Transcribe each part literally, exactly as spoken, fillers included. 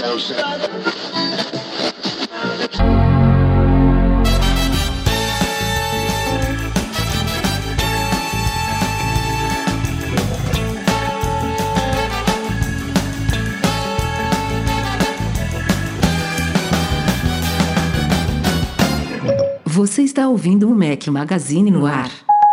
Você está ouvindo o Mac Magazine no ar.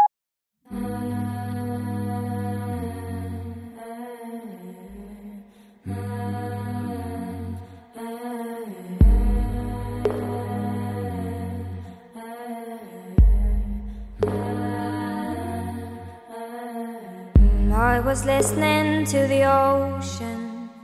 I was listening to the ocean.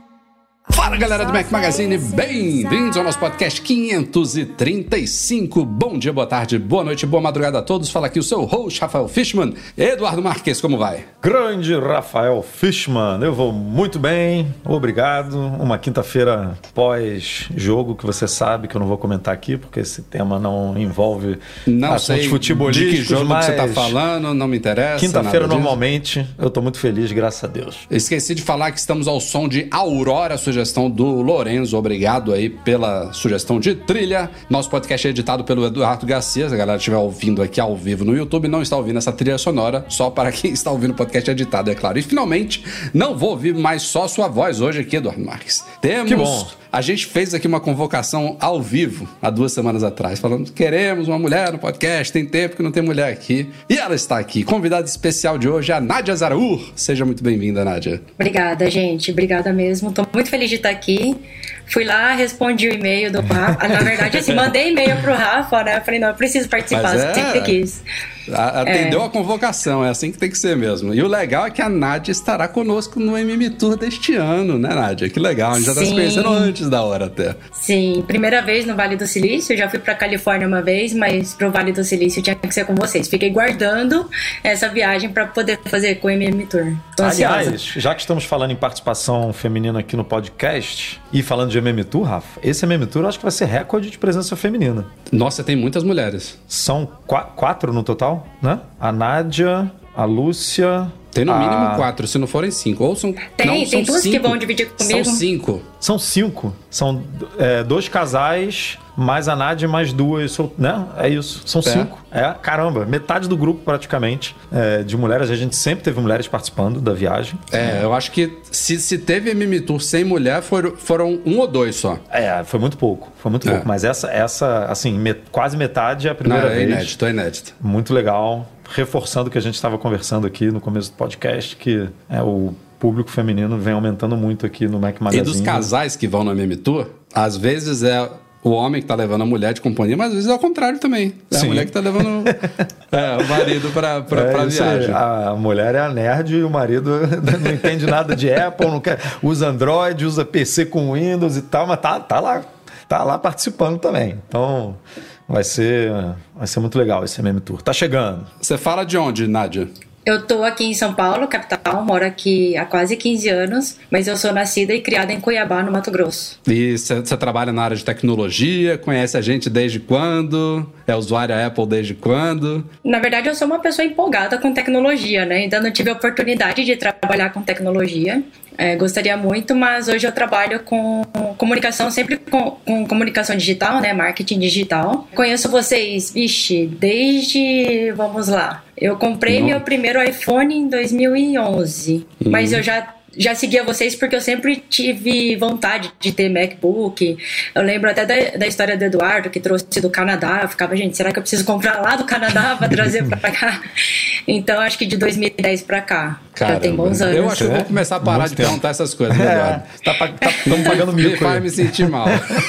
Fala galera do Mac Magazine, bem-vindos ao nosso podcast quinhentos e trinta e cinco. Bom dia, boa tarde, boa noite, boa madrugada a todos. Fala aqui o seu host, Rafael Fishman. Eduardo Marques, como vai? Grande Rafael Fishman, eu vou muito bem, obrigado. Uma quinta-feira pós-jogo que você sabe que eu não vou comentar aqui, porque esse tema não envolve não assuntos sei futebolísticos. De que jogo mas que você está falando, não me interessa. Quinta-feira normalmente, eu estou muito feliz, graças a Deus. Esqueci de falar que estamos ao som de Aurora, sugestão do Lorenzo, obrigado aí pela sugestão de trilha. Nosso podcast é editado pelo Eduardo Garcia. Se a galera estiver ouvindo aqui ao vivo no YouTube, não está ouvindo essa trilha sonora, só para quem está ouvindo o podcast editado, é claro. E finalmente, não vou ouvir mais só sua voz hoje aqui, Eduardo Marques. Temos... Que bom. A gente fez aqui uma convocação ao vivo há duas semanas atrás, falando que queremos uma mulher no podcast, tem tempo que não tem mulher aqui. E ela está aqui. Convidada especial de hoje é a Nádia Zaraur. Seja muito bem-vinda, Nádia. Obrigada, gente. Obrigada mesmo. Estou muito feliz de estar aqui. Fui lá, respondi o e-mail do Rafa. Na verdade, assim, mandei e-mail pro Rafa, né? Eu falei, não, eu preciso participar, é... sempre quis. Atendeu é. a convocação, é assim que tem que ser mesmo. E o legal é que a Nádia estará conosco no M M Tour deste ano, né, Nádia? Que legal, a gente já está se conhecendo antes da hora até. Sim, primeira vez no Vale do Silício, eu já fui pra Califórnia uma vez, mas pro Vale do Silício tinha que ser com vocês. Fiquei guardando essa viagem para poder fazer com o M M Tour. Tô Aliás, ansiosa. já que estamos falando em participação feminina aqui no podcast e falando de M M Tour, Rafa, esse M M Tour eu acho que vai ser recorde de presença feminina. Nossa, tem muitas mulheres. São qu- quatro no total, né? A Nádia, a Lúcia... Tem no a... mínimo quatro, se não forem cinco. Ou são, tem, não, tem são duas cinco. que vão dividir comigo. São cinco. São cinco. São é, dois casais, mais a Nádia, mais duas, né? É isso. São é. cinco. É, caramba, metade do grupo praticamente é, de mulheres. A gente sempre teve mulheres participando da viagem. É, eu acho que se, se teve M M Tour sem mulher, foram, foram um ou dois só. É, foi muito pouco. Foi muito é. pouco. Mas essa, essa assim, met, quase metade é a primeira não, é vez. É inédito, é inédito. Muito legal. Reforçando o que a gente estava conversando aqui no começo do podcast, que é o público feminino vem aumentando muito aqui no Mac Magazine. E dos casais que vão no M M Tour, às vezes é o homem que está levando a mulher de companhia, mas às vezes é o contrário também. É Sim. a mulher que está levando é, o marido para é, a viagem. A mulher é a nerd e o marido não entende nada de Apple, não quer, usa Android, usa P C com Windows e tal, mas tá, tá lá, tá lá participando também. Então... Vai ser, vai ser muito legal esse M M Tour. Tá chegando. Você fala de onde, Nádia? Eu tô aqui em São Paulo, capital, moro aqui há quase quinze anos, mas eu sou nascida e criada em Cuiabá, no Mato Grosso. E você trabalha na área de tecnologia, conhece a gente desde quando? É usuária Apple desde quando? Na verdade, eu sou uma pessoa empolgada com tecnologia, né? Ainda não tive a oportunidade de trabalhar com tecnologia. É, gostaria muito, mas hoje eu trabalho com comunicação, sempre com, com comunicação digital, né? Marketing digital. Conheço vocês, vixe, desde... Vamos lá. Eu comprei Não. meu primeiro iPhone em dois mil e onze, uhum. mas eu já... Já seguia vocês porque eu sempre tive vontade de ter MacBook. Eu lembro até da, da história do Eduardo, que trouxe do Canadá. Eu ficava, gente, será que eu preciso comprar lá do Canadá para trazer para cá? Então, acho que de dois mil e dez para cá. Caramba. Já tem bons anos. Eu acho que eu vou começar a parar Muito de tempo. perguntar essas coisas, né, Eduardo? É, tá, tá, estamos pagando mico. Me faz me sentir mal.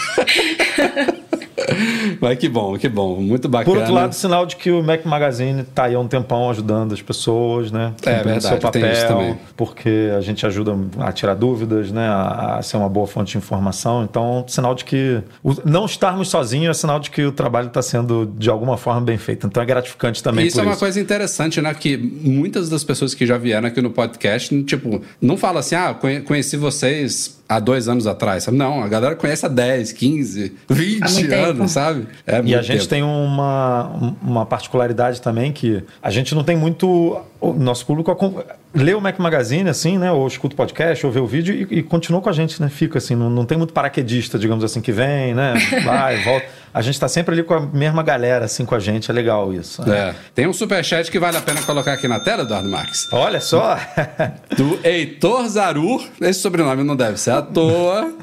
Mas que bom, que bom, muito bacana. Por outro lado, sinal de que o Mac Magazine está aí há um tempão ajudando as pessoas, né? É verdade, seu papel, tem isso também. Porque a gente ajuda a tirar dúvidas, né? A, a ser uma boa fonte de informação. Então, sinal de que o, não estarmos sozinhos é sinal de que o trabalho está sendo de alguma forma bem feito. Então é gratificante também. Isso por é uma isso. coisa interessante, né? Que muitas das pessoas que já vieram aqui no podcast, tipo, não falam assim, ah, conheci vocês há dois anos atrás, sabe? Não, a galera conhece há dez, quinze, vinte anos, sabe? É muito e a gente tempo. tem uma, uma particularidade também que a gente não tem muito... O nosso público lê o Mac Magazine, assim, né? Ou escuta o podcast, ou vê o vídeo e, e continua com a gente, né? Fica assim, não, não tem muito paraquedista, digamos assim, que vem, né? Vai, volta. A gente tá sempre ali com a mesma galera, assim, com a gente. É legal isso. Né? É. Tem um superchat que vale a pena colocar aqui na tela, Eduardo Marques. Olha só! Do Heitor Zarur. Esse sobrenome não deve ser à toa.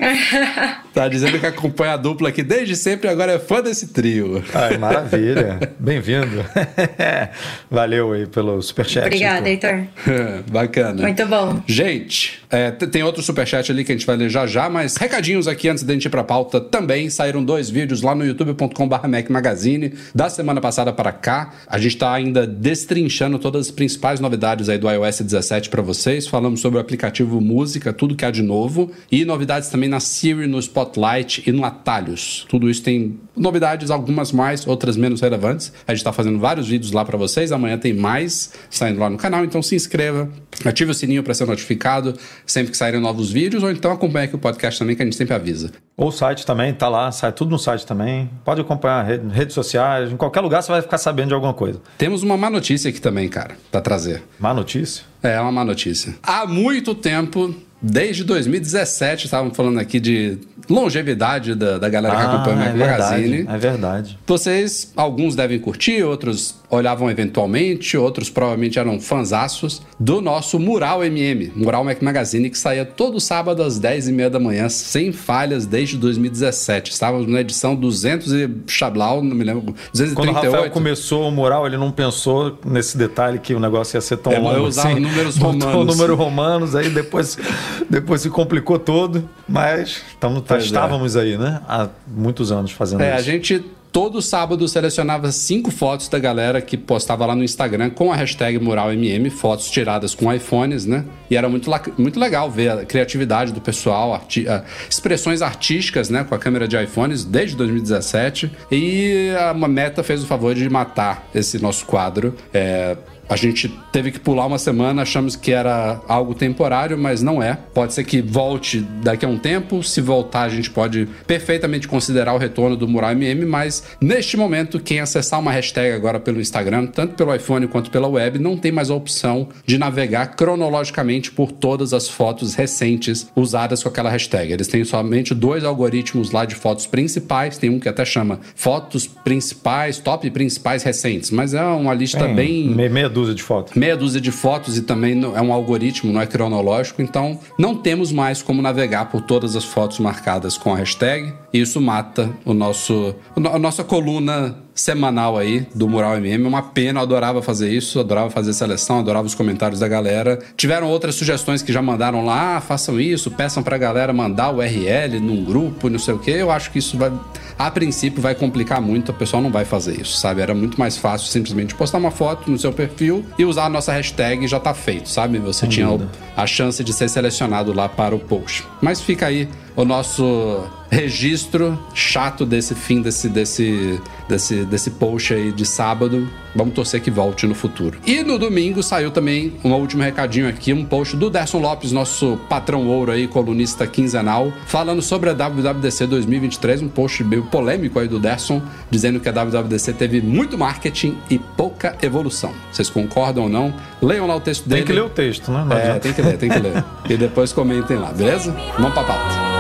Tá dizendo que acompanha a dupla aqui desde sempre e agora é fã desse trio. Ai, maravilha. Bem-vindo. Valeu aí pelo superchat. Obrigada, Heitor. Bacana. Muito bom. Gente, é, tem outro superchat ali que a gente vai ler já já, mas recadinhos aqui antes da gente ir pra pauta também. Saíram dois vídeos lá no youtube ponto com barra Mac Magazine da semana passada para cá. A gente tá ainda destrinchando todas as principais novidades aí do iOS dezessete para vocês. Falamos sobre o aplicativo Música, tudo que há de novo. E novidades também na Siri, no Spotlight e no Atalhos. Tudo isso tem novidades, algumas mais, outras menos relevantes. A gente tá fazendo vários vídeos lá para vocês. Amanhã tem mais saindo lá no canal, então se inscreva, ative o sininho para ser notificado sempre que saírem novos vídeos, ou então acompanhe aqui o podcast também, que a gente sempre avisa. Ou o site também, tá lá, sai tudo no site também. Pode acompanhar rede, redes sociais, em qualquer lugar você vai ficar sabendo de alguma coisa. Temos uma má notícia aqui também, cara, pra trazer. Má notícia? É, uma má notícia. Há muito tempo, desde dois mil e dezessete, estavam falando aqui de longevidade da, da galera que ah, acompanha o Mac é Magazine. Verdade, é verdade. Vocês, alguns devem curtir, outros olhavam eventualmente, outros provavelmente eram fãzaços do nosso Mural M M, Mural Mac Magazine, que saía todo sábado às dez e meia da manhã, sem falhas, desde dois mil e dezessete. Estávamos na edição duzentos e chablau, não me lembro, duzentos e trinta e oito. Quando o Rafael começou o Mural, ele não pensou nesse detalhe que o negócio ia ser tão é, longo eu usava assim. números romanos. números romanos, aí depois, depois se complicou todo, mas tamo, tá, estávamos é. aí, né? Há muitos anos fazendo é, isso. A gente... Todo sábado selecionava cinco fotos da galera que postava lá no Instagram com a hashtag MuralMM, fotos tiradas com iPhones, né? E era muito, muito legal ver a criatividade do pessoal, arti uh, expressões artísticas, né? Com a câmera de iPhones desde dois mil e dezessete. E a Meta fez o favor de matar esse nosso quadro. É... A gente teve que pular uma semana, achamos que era algo temporário, mas não é. Pode ser que volte daqui a um tempo. Se voltar, a gente pode perfeitamente considerar o retorno do Mural M M, mas neste momento, quem acessar uma hashtag agora pelo Instagram, tanto pelo iPhone quanto pela web, não tem mais a opção de navegar cronologicamente por todas as fotos recentes usadas com aquela hashtag. Eles têm somente dois algoritmos lá de fotos principais, tem um que até chama fotos principais, top principais recentes, mas é uma lista tem bem... meia dúzia de fotos. Meia dúzia de fotos e também é um algoritmo, não é cronológico, então não temos mais como navegar por todas as fotos marcadas com a hashtag, e isso mata o nosso, a nossa coluna semanal aí do Mural M M. Uma pena, eu adorava fazer isso, adorava fazer seleção, adorava os comentários da galera. Tiveram outras sugestões que já mandaram lá, ah, façam isso, peçam pra galera mandar o U R L num grupo, não sei o que. Eu acho que isso vai, a princípio, vai complicar muito, o pessoal não vai fazer isso, sabe? Era muito mais fácil simplesmente postar uma foto no seu perfil e usar a nossa hashtag e já tá feito, sabe? Você Sem tinha dúvida. a chance de ser selecionado lá para o post. Mas fica aí o nosso registro chato desse fim, desse, desse, desse, desse post aí de sábado. Vamos torcer que volte no futuro. E no domingo saiu também um último recadinho aqui, um post do Derson Lopes, nosso patrão ouro aí, colunista quinzenal, falando sobre a W W D C dois mil e vinte e três, um post meio polêmico aí do Derson, dizendo que a W W D C teve muito marketing e pouca evolução. Vocês concordam ou não? Leiam lá o texto dele. Tem que ler o texto, né? Não é, adianta. tem que ler, tem que ler. E depois comentem lá, beleza? Vamos pra pauta.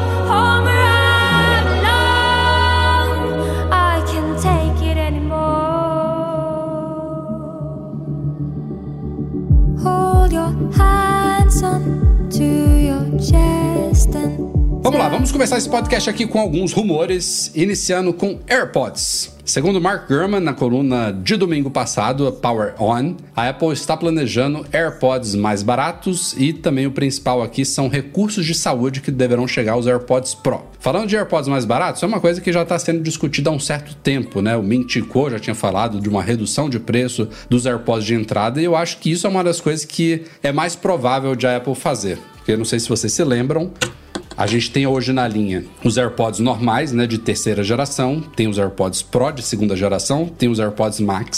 Vamos lá, vamos começar esse podcast aqui com alguns rumores, iniciando com AirPods. Segundo Mark Gurman, na coluna de domingo passado, Power On, a Apple está planejando AirPods mais baratos e também o principal aqui são recursos de saúde que deverão chegar aos AirPods Pro. Falando de AirPods mais baratos, é uma coisa que já está sendo discutida há um certo tempo, né? O Mintico já tinha falado de uma redução de preço dos AirPods de entrada e eu acho que isso é uma das coisas que é mais provável de a Apple fazer. Porque eu não sei se vocês se lembram, a gente tem hoje na linha os AirPods normais, né, de terceira geração, tem os AirPods Pro de segunda geração, tem os AirPods Max.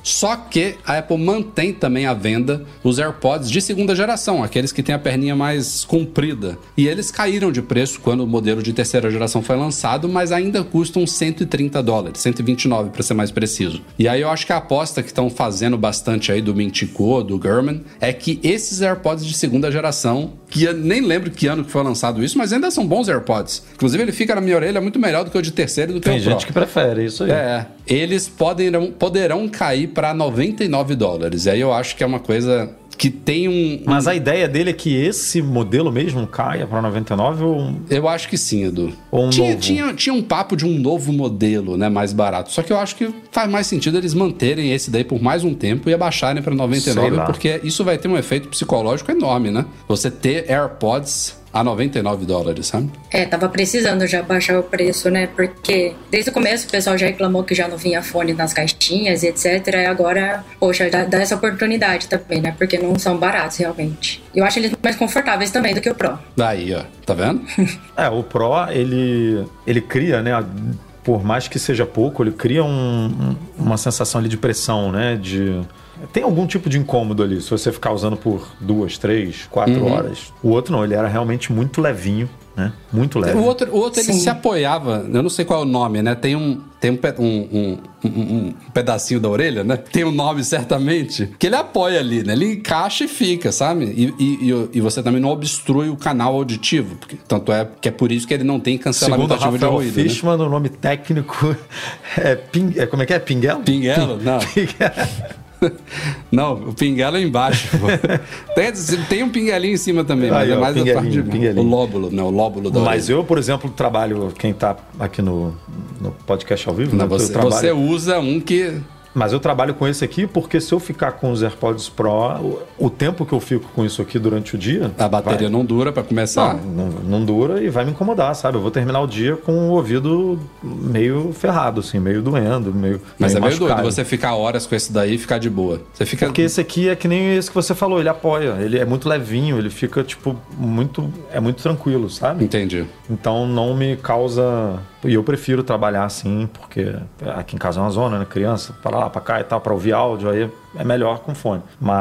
Só que a Apple mantém também à venda os AirPods de segunda geração, aqueles que têm a perninha mais comprida. E eles caíram de preço quando o modelo de terceira geração foi lançado, mas ainda custam cento e trinta dólares, cento e vinte e nove para ser mais preciso. E aí eu acho que a aposta que estão fazendo bastante aí do Mintico, do Gurman, é que esses AirPods de segunda geração, que eu nem lembro que ano que foi lançado isso, mas ainda são bons AirPods. Inclusive ele fica na minha orelha muito melhor do que o de terceira e do que Tem o Pro. gente que prefere isso aí. É, eles poderão, poderão cair para noventa e nove dólares. E aí eu acho que é uma coisa que tem um... Mas a ideia dele é que esse modelo mesmo caia para noventa e nove ou... Eu acho que sim, Edu. Ou um tinha, novo. Tinha, tinha um papo de um novo modelo, né, mais barato. Só que eu acho que faz mais sentido eles manterem esse daí por mais um tempo e abaixarem para noventa e nove, porque isso vai ter um efeito psicológico enorme, né? Você ter AirPods a noventa e nove dólares, sabe? É, tava precisando já baixar o preço, né? Porque desde o começo o pessoal já reclamou que já não vinha fone nas caixinhas e etcétera. E agora, poxa, dá, dá essa oportunidade também, né? Porque não são baratos realmente. Eu acho eles mais confortáveis também do que o Pro. Daí, ó. Tá vendo? É, o Pro, ele, ele cria, né? Por mais que seja pouco, ele cria um, um, uma sensação ali de pressão, né? De... Tem algum tipo de incômodo ali, se você ficar usando por duas, três, quatro Uhum. horas. O outro não, ele era realmente muito levinho, né? Muito leve. O outro, o outro ele Sim. se apoiava, eu não sei qual é o nome, né? Tem um, tem um, pe- um, um, um, um pedacinho da orelha, né? Tem um nome certamente, que ele apoia ali, né? Ele encaixa e fica, sabe? E, e, e, e você também não obstrui o canal auditivo. Porque, tanto é que é por isso que ele não tem cancelamento Segundo ativo de Rafael ruído, Fishman, o nome técnico é, ping, é... Como é que é? Pinguelo? né? Pinguelo? Não. Pinguelo. Não, o pinguelo é embaixo. Pô. Tem, tem um pinguelinho em cima também, mas Aí, é ó, mais da parte de pinguelinho. o lóbulo, né? O lóbulo da Mas orelha. eu, por exemplo, trabalho... Quem tá aqui no, no podcast ao vivo... Não, né? você, eu trabalho, você usa um que... Mas eu trabalho com esse aqui porque se eu ficar com os AirPods Pro, o, o tempo que eu fico com isso aqui durante o dia... A bateria vai, não dura pra começar. não, não, não dura e vai me incomodar, sabe? Eu vou terminar o dia com o ouvido meio ferrado, assim, meio doendo, meio Mas meio é meio doido machucado. você ficar horas com esse daí e ficar de boa. Você fica... Porque esse aqui é que nem esse que você falou, ele apoia, ele é muito levinho, ele fica, tipo, muito... É muito tranquilo, sabe? Entendi. Então não me causa... E eu prefiro trabalhar assim, porque aqui em casa é uma zona, né? Criança, para lá, para cá e tal, para ouvir áudio, aí é melhor com fone.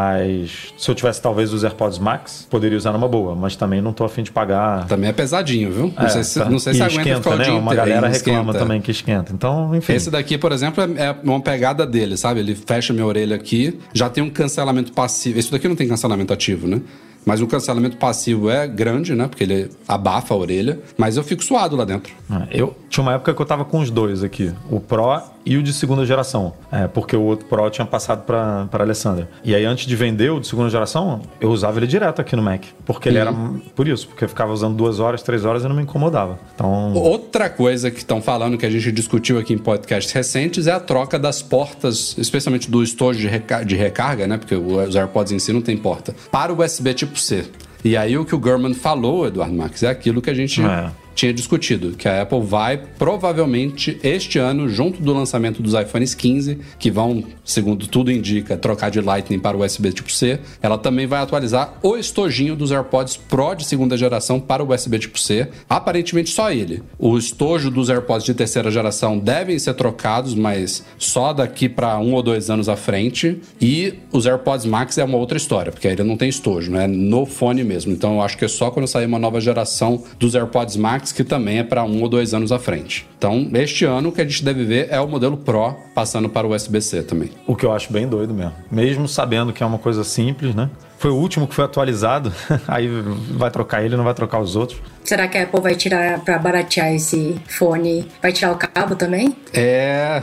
Mas se eu tivesse talvez os AirPods Max, poderia usar numa boa, mas também não tô a fim de pagar. Também é pesadinho, viu? Não É, sei se, tá. não sei E se aguenta esquenta, ficar o né? dia Uma inteiro. galera Aí, reclama esquenta. também que esquenta. Então, enfim. Esse daqui, por exemplo, é é uma pegada dele, sabe? Ele fecha minha orelha aqui, já tem um cancelamento passivo. Esse daqui não tem cancelamento ativo, né? Mas o cancelamento passivo é grande, né? Porque ele abafa a orelha. Mas eu fico suado lá dentro. Eu tinha uma época que eu tava com os dois aqui, o Pro e o de segunda geração, é, porque o outro Pro tinha passado para para Alessandra. E aí antes de vender o de segunda geração, eu usava ele direto aqui no Mac, porque ele Uhum. era por isso, porque eu ficava usando duas horas, três horas e não me incomodava. Então Outra coisa que estão falando, que a gente discutiu aqui em podcasts recentes, é a troca das portas, especialmente do estojo de, reca- de recarga, né? Porque os AirPods em si não tem porta, para o U S B tipo C. E aí o que o Gurman falou, Eduardo Marques, é aquilo que a gente É. tinha discutido, que a Apple vai provavelmente este ano, junto do lançamento dos iPhones quinze, que vão, segundo tudo indica, trocar de Lightning para o U S B tipo C, ela também vai atualizar o estojinho dos AirPods Pro de segunda geração para o U S B tipo C, aparentemente só ele. O estojo dos AirPods de terceira geração devem ser trocados, mas só daqui para um ou dois anos à frente, e os AirPods Max é uma outra história, porque aí ele não tem estojo, né? No fone mesmo. Então eu acho que é só quando sair uma nova geração dos AirPods Max, que também é para um ou dois anos à frente. Então, este ano o que a gente deve ver é o modelo Pro passando para o U S B C também. o que eu acho bem doido mesmo. Mesmo sabendo que é uma coisa simples, né? Foi o último que foi atualizado, aí vai trocar ele, não vai trocar os outros. Será que a Apple vai tirar, pra baratear esse fone, vai tirar o cabo também? É.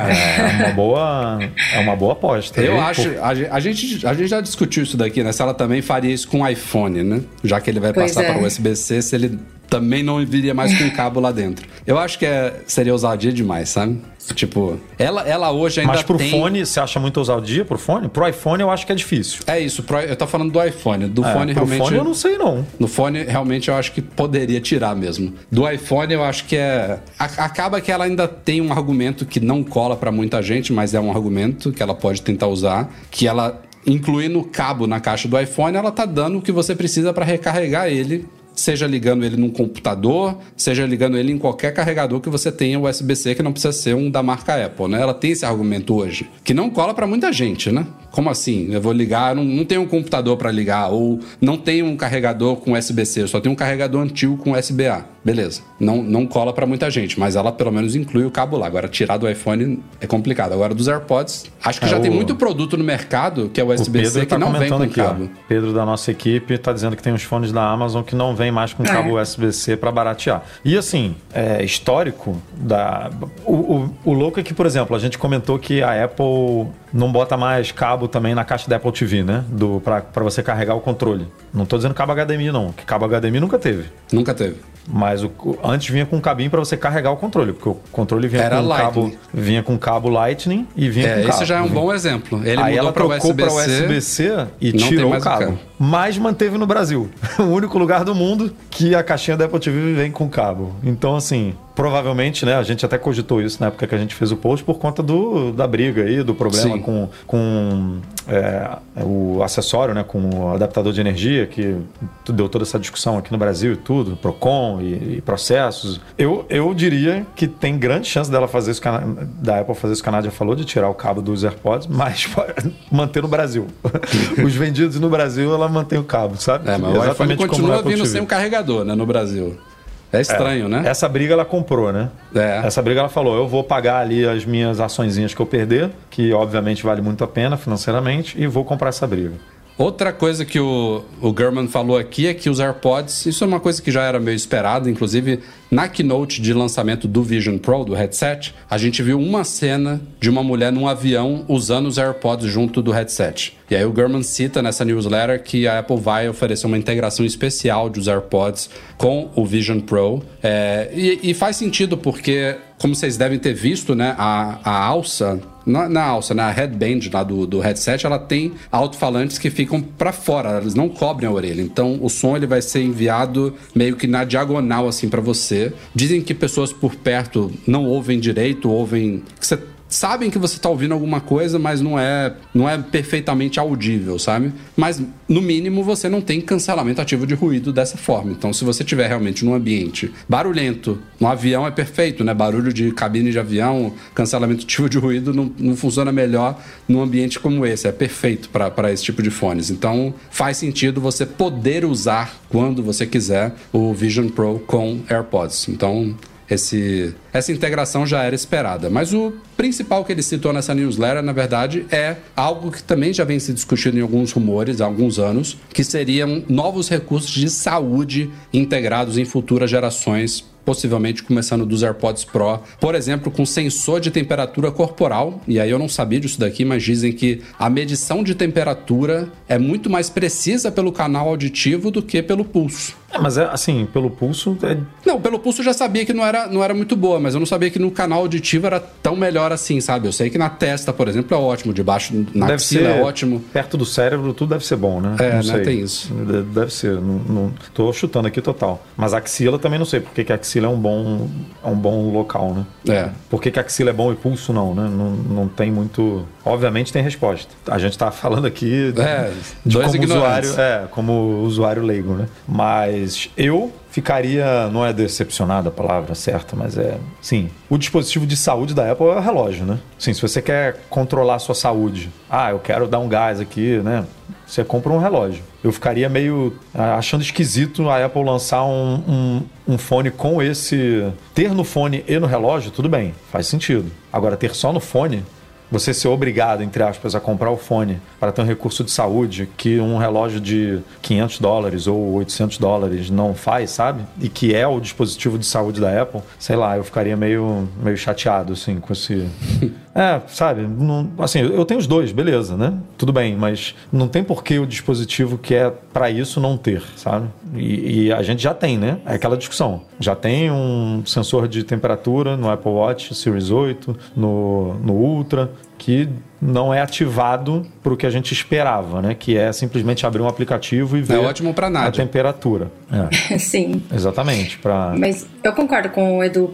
É uma boa, é uma boa aposta. Eu E, acho, pô, a, ge- a gente, a gente já discutiu isso daqui, né? Se ela também faria isso com o iPhone, né? Já que ele vai Pois passar é. para o U S B C, se ele também não viria mais com cabo lá dentro. Eu acho que é, seria ousadia demais, sabe? Tipo, ela, ela hoje ainda Mas pro tem... fone, você acha muito ousadia pro fone? Pro iPhone eu acho que é difícil. É isso, pro- eu tô falando do iPhone. Do É, fone pro realmente... fone eu não sei não. No fone, realmente, eu acho que poderia tirar mesmo. Do iPhone, eu acho que é... a- acaba que ela ainda tem um argumento que não cola pra muita gente, mas é um argumento que ela pode tentar usar, que ela, incluindo o cabo na caixa do iPhone, ela tá dando o que você precisa pra recarregar ele seja ligando ele num computador, seja ligando ele em qualquer carregador que você tenha U S B-C, que não precisa ser um da marca Apple, né? Ela tem esse argumento hoje, que não cola para muita gente, né? Como assim? Eu vou ligar, não, não tenho um computador para ligar, ou não tenho um carregador com U S B-C, eu só tenho um carregador antigo com U S B-A. Beleza, não, não cola para muita gente, mas ela pelo menos inclui o cabo lá. Agora, tirar do iPhone é complicado. Agora, dos AirPods, acho que é já o... tem muito produto no mercado que é U S B-C que tá não vem com aqui, cabo. Ó, Pedro da nossa equipe tá dizendo que tem uns fones da Amazon que não vem mais com cabo é. U S B-C para baratear. E assim, é, histórico da... O, o, o louco é que, por exemplo, a gente comentou que a Apple não bota mais cabo também na caixa da Apple T V, né? Do, pra, pra você carregar o controle. Não tô dizendo cabo H D M I, não. Que cabo H D M I nunca teve. Nunca teve. Mas o, antes vinha com um cabinho para você carregar o controle, porque o controle vinha Era com um cabo, vinha com cabo Lightning e vinha é, com cabo. Esse já é um vinha. bom exemplo. Ele Aí mudou ela para trocou para U S B-C e tirou o cabo. cabo. Mas manteve no Brasil. O único lugar do mundo que a caixinha da Apple T V vem com cabo. Então, assim, provavelmente, né, a gente até cogitou isso na época que a gente fez o post por conta do, da briga aí, do problema Sim. com, com é, o acessório, né, com o adaptador de energia, que deu toda essa discussão aqui no Brasil e tudo, Procon e, e processos. Eu, eu diria que tem grande chance dela fazer isso, da Apple fazer isso que a Nádia falou, de tirar o cabo dos AirPods, mas manter no Brasil. Os vendidos no Brasil, ela mantém o cabo, sabe? É, mas exatamente o iPhone continua vindo sem um carregador, né, no Brasil. É estranho, é, né? Essa briga ela comprou, né? É. Essa briga ela falou, eu vou pagar ali as minhas açõezinhas que eu perder, que obviamente vale muito a pena financeiramente, e vou comprar essa briga. Outra coisa que o, o Gurman falou aqui é que os AirPods, isso é uma coisa que já era meio esperado, inclusive na keynote de lançamento do Vision Pro, do headset, a gente viu uma cena de uma mulher num avião usando os AirPods junto do headset. E aí o Gurman cita nessa newsletter que a Apple vai oferecer uma integração especial dos AirPods com o Vision Pro. É, e, e faz sentido porque, como vocês devem ter visto, né, a, a alça... Na, na alça, na headband lá do, do headset, ela tem alto-falantes que ficam para fora, eles não cobrem a orelha. Então, o som ele vai ser enviado meio que na diagonal, assim, para você. Dizem que pessoas por perto não ouvem direito, ouvem... que você sabem que você tá ouvindo alguma coisa, mas não é, não é perfeitamente audível, sabe? Mas, no mínimo, você não tem cancelamento ativo de ruído dessa forma. Então, se você estiver realmente num ambiente barulhento, no avião é perfeito, né? Barulho de cabine de avião, cancelamento ativo de ruído não, não funciona melhor num ambiente como esse. É perfeito para esse tipo de fones. Então, faz sentido você poder usar, quando você quiser, o Vision Pro com AirPods. Então... Esse, essa integração já era esperada. Mas o principal que ele citou nessa newsletter, na verdade, é algo que também já vem se discutindo em alguns rumores há alguns anos, que seriam novos recursos de saúde integrados em futuras gerações, possivelmente começando dos AirPods Pro, por exemplo, com sensor de temperatura corporal. E aí eu não sabia disso daqui, mas dizem que a medição de temperatura é muito mais precisa pelo canal auditivo do que pelo pulso. É, mas é assim, pelo pulso... É... Não, pelo pulso eu já sabia que não era, não era muito boa, mas eu não sabia que no canal auditivo era tão melhor assim, sabe? Eu sei que na testa, por exemplo, é ótimo, debaixo, na deve axila ser, é ótimo. Perto do cérebro tudo deve ser bom, né? É, não né? sei. Tem isso. Deve ser, não, não, tô chutando aqui total. Mas a axila também não sei, porque que a axila é um bom, é um bom local, né? É. Por que que a axila é bom e pulso não, né? Não, não tem muito... Obviamente tem resposta. A gente tá falando aqui de, é, de dois como ignorantes. usuário, é, como usuário leigo, né? Mas eu ficaria, não é decepcionado a palavra certa, mas é, sim, o dispositivo de saúde da Apple é o relógio, né? Sim, se você quer controlar a sua saúde, ah, eu quero dar um gás aqui, né? Você compra um relógio. Eu ficaria meio achando esquisito a Apple lançar um, um, um fone com esse... Ter no fone e no relógio, tudo bem, faz sentido. Agora, ter só no fone... Você ser obrigado, entre aspas, a comprar o fone para ter um recurso de saúde que um relógio de quinhentos dólares ou oitocentos dólares não faz, sabe? E que é o dispositivo de saúde da Apple, sei lá, eu ficaria meio, meio chateado, assim, com esse... É, sabe? Não, assim, eu tenho os dois, beleza, né? Tudo bem, mas não tem por que o dispositivo que é para isso não ter, sabe? E, e a gente já tem, né? É aquela discussão. Já tem um sensor de temperatura no Apple Watch Series oito, no, no Ultra, que não é ativado para o que a gente esperava, né? Que é simplesmente abrir um aplicativo e ver é ótimo para nada. a temperatura. É. Sim. Exatamente. Pra... Mas eu concordo com o Edu,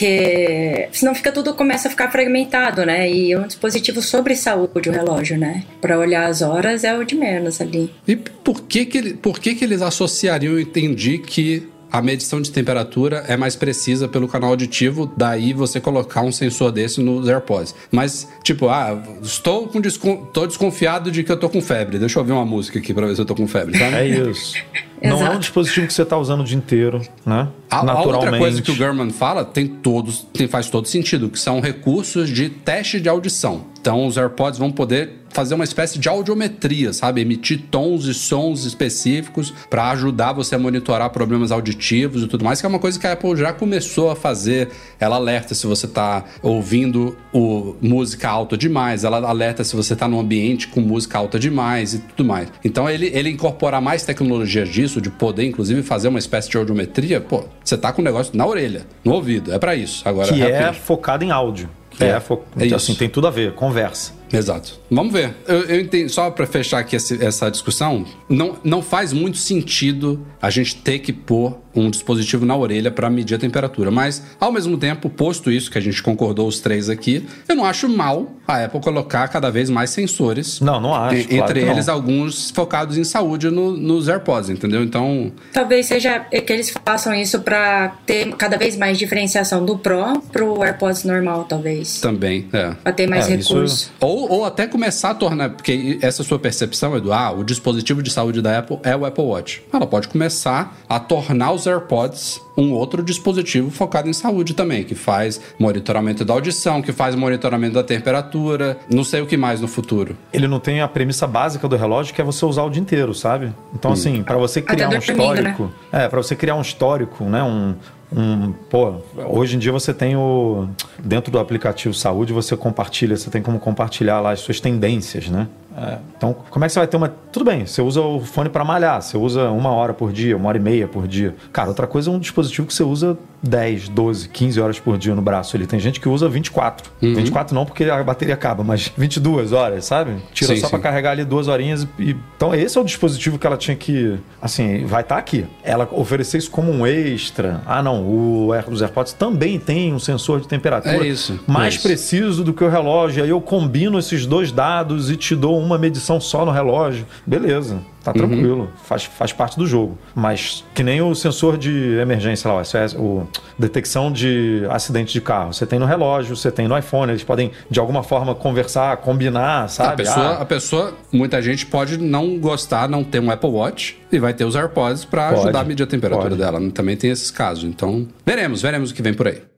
porque senão fica tudo, começa a ficar fragmentado, né? E é um dispositivo sobre saúde, o relógio, né? Para olhar as horas é o de menos ali. E por que que, ele, por que que eles associariam, eu entendi que a medição de temperatura é mais precisa pelo canal auditivo, daí você colocar um sensor desse nos AirPods. Mas, tipo, ah, estou com descon... tô desconfiado de que eu tô com febre. Deixa eu ouvir uma música aqui pra ver se eu tô com febre, sabe? É isso. Não é um dispositivo que você está usando o dia inteiro, né? A, Naturalmente. a outra coisa que o Gurman fala tem todos, tem, faz todo sentido, que são recursos de teste de audição. Então, os AirPods vão poder fazer uma espécie de audiometria, sabe? Emitir tons e sons específicos para ajudar você a monitorar problemas auditivos e tudo mais, que é uma coisa que a Apple já começou a fazer. Ela alerta se você está ouvindo o, música alta demais, ela alerta se você está num ambiente com música alta demais e tudo mais. Então, ele, ele incorporar mais tecnologias disso, de poder, inclusive, fazer uma espécie de audiometria, pô, você tá com o negócio na orelha, no ouvido, é para isso. Agora, que é focado em áudio. Que é, é, fo... é assim, tem tudo a ver, conversa. Exato. Vamos ver. Eu, eu entendo, só para fechar aqui essa, essa discussão, não, não faz muito sentido a gente ter que pôr um dispositivo na orelha para medir a temperatura. Mas, ao mesmo tempo, posto isso, que a gente concordou os três aqui, eu não acho mal a Apple colocar cada vez mais sensores. Não, não acho. E, claro entre que eles, não. alguns focados em saúde no, nos AirPods, entendeu? Então... Talvez seja que eles façam isso para ter cada vez mais diferenciação do Pro pro AirPods normal, talvez. Também, é. Para ter mais É, recursos. isso- Ou, ou até começar a tornar... Porque essa sua percepção, Edu, ah, o dispositivo de saúde da Apple é o Apple Watch. Ela pode começar a tornar os AirPods um outro dispositivo focado em saúde também, que faz monitoramento da audição, que faz monitoramento da temperatura, não sei o que mais no futuro. Ele não tem a premissa básica do relógio, que é você usar o dia inteiro, sabe? Então, assim, para você criar Até um dormindo, histórico... É, para você criar um histórico, né? Um... Um, pô, hoje em dia você tem o... Dentro do aplicativo Saúde, você compartilha, você tem como compartilhar lá as suas tendências, né? É, então, como é que você vai ter uma... Tudo bem, você usa o fone para malhar, você usa uma hora por dia, uma hora e meia por dia. Cara, outra coisa é um dispositivo que você usa dez, doze, quinze horas por dia no braço. Ele tem gente que usa vinte e quatro. Uhum. vinte e quatro não, porque a bateria acaba, mas vinte e duas horas, sabe? Tira Sim, só para sim. carregar ali duas horinhas. E... Então, esse é o dispositivo que ela tinha que... Assim, vai estar aqui. Ela oferecer isso como um extra. Ah, não, o Air, os AirPods também tem um sensor de temperatura É isso, mais é isso. preciso do que o relógio. Aí eu combino esses dois dados e te dou uma medição só no relógio. Beleza, tá tranquilo. Faz, faz parte do jogo. Mas que nem o sensor de emergência lá, o S O S, o detecção de acidente de carro. Você tem no relógio, você tem no iPhone. Eles podem, de alguma forma, conversar, combinar, sabe? A pessoa, Ah, a pessoa, muita gente pode não gostar, não ter um Apple Watch e vai ter os AirPods para Pode, ajudar a medir a temperatura pode. dela. Também tem esses casos. Então, veremos, veremos o que vem por aí.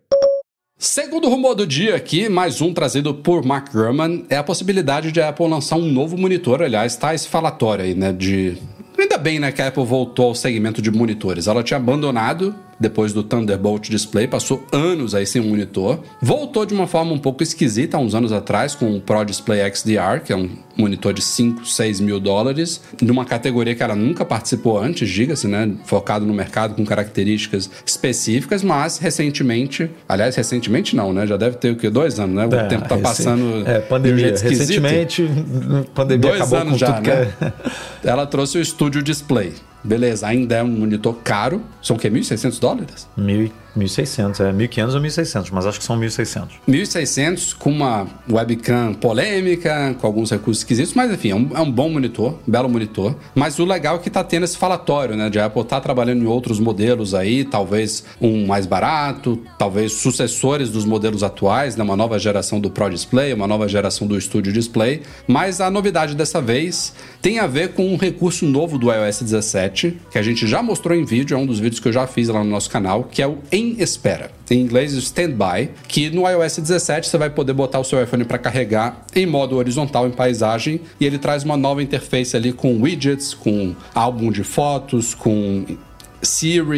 Segundo rumor do dia aqui, mais um trazido por Mark Gurman, é a possibilidade de a Apple lançar um novo monitor. Aliás, tá esse falatório aí, né, de... Ainda bem, né, que a Apple voltou ao segmento de monitores. Ela tinha abandonado depois do Thunderbolt Display, passou anos aí sem um monitor. Voltou de uma forma um pouco esquisita há uns anos atrás com o Pro Display X D R, que é um monitor de cinco, seis mil dólares, numa categoria que ela nunca participou antes, diga-se, né? Focado no mercado com características específicas, mas recentemente, aliás, recentemente não, né? Já deve ter o quê? Dois anos, né? O É, tempo tá recen- passando. É, pandemia. de um jeito esquisito. Recentemente, pandemia Dois acabou anos com já, tudo né? que é... Ela trouxe o Studio Display. Beleza, ainda é um monitor caro. São o quê? mil e seiscentos dólares? Mil, mil e seiscentos, é mil e quinhentos ou mil e seiscentos, mas acho que são mil e seiscentos. mil e seiscentos com uma webcam polêmica, com alguns recursos esquisitos, mas enfim, é um, é um bom monitor, um belo monitor. Mas o legal é que tá tendo esse falatório, né? De a Apple tá trabalhando em outros modelos aí, talvez um mais barato, talvez sucessores dos modelos atuais, né? Uma nova geração do Pro Display, uma nova geração do Studio Display. Mas a novidade dessa vez tem a ver com um recurso novo do iOS dezessete, que a gente já mostrou em vídeo, é um dos vídeos que eu já fiz lá no nosso canal, que é o Em Espera. Em inglês, o Standby, que no iOS dezessete você vai poder botar o seu iPhone para carregar em modo horizontal em paisagem, e ele traz uma nova interface ali com widgets, com álbum de fotos, com Siri,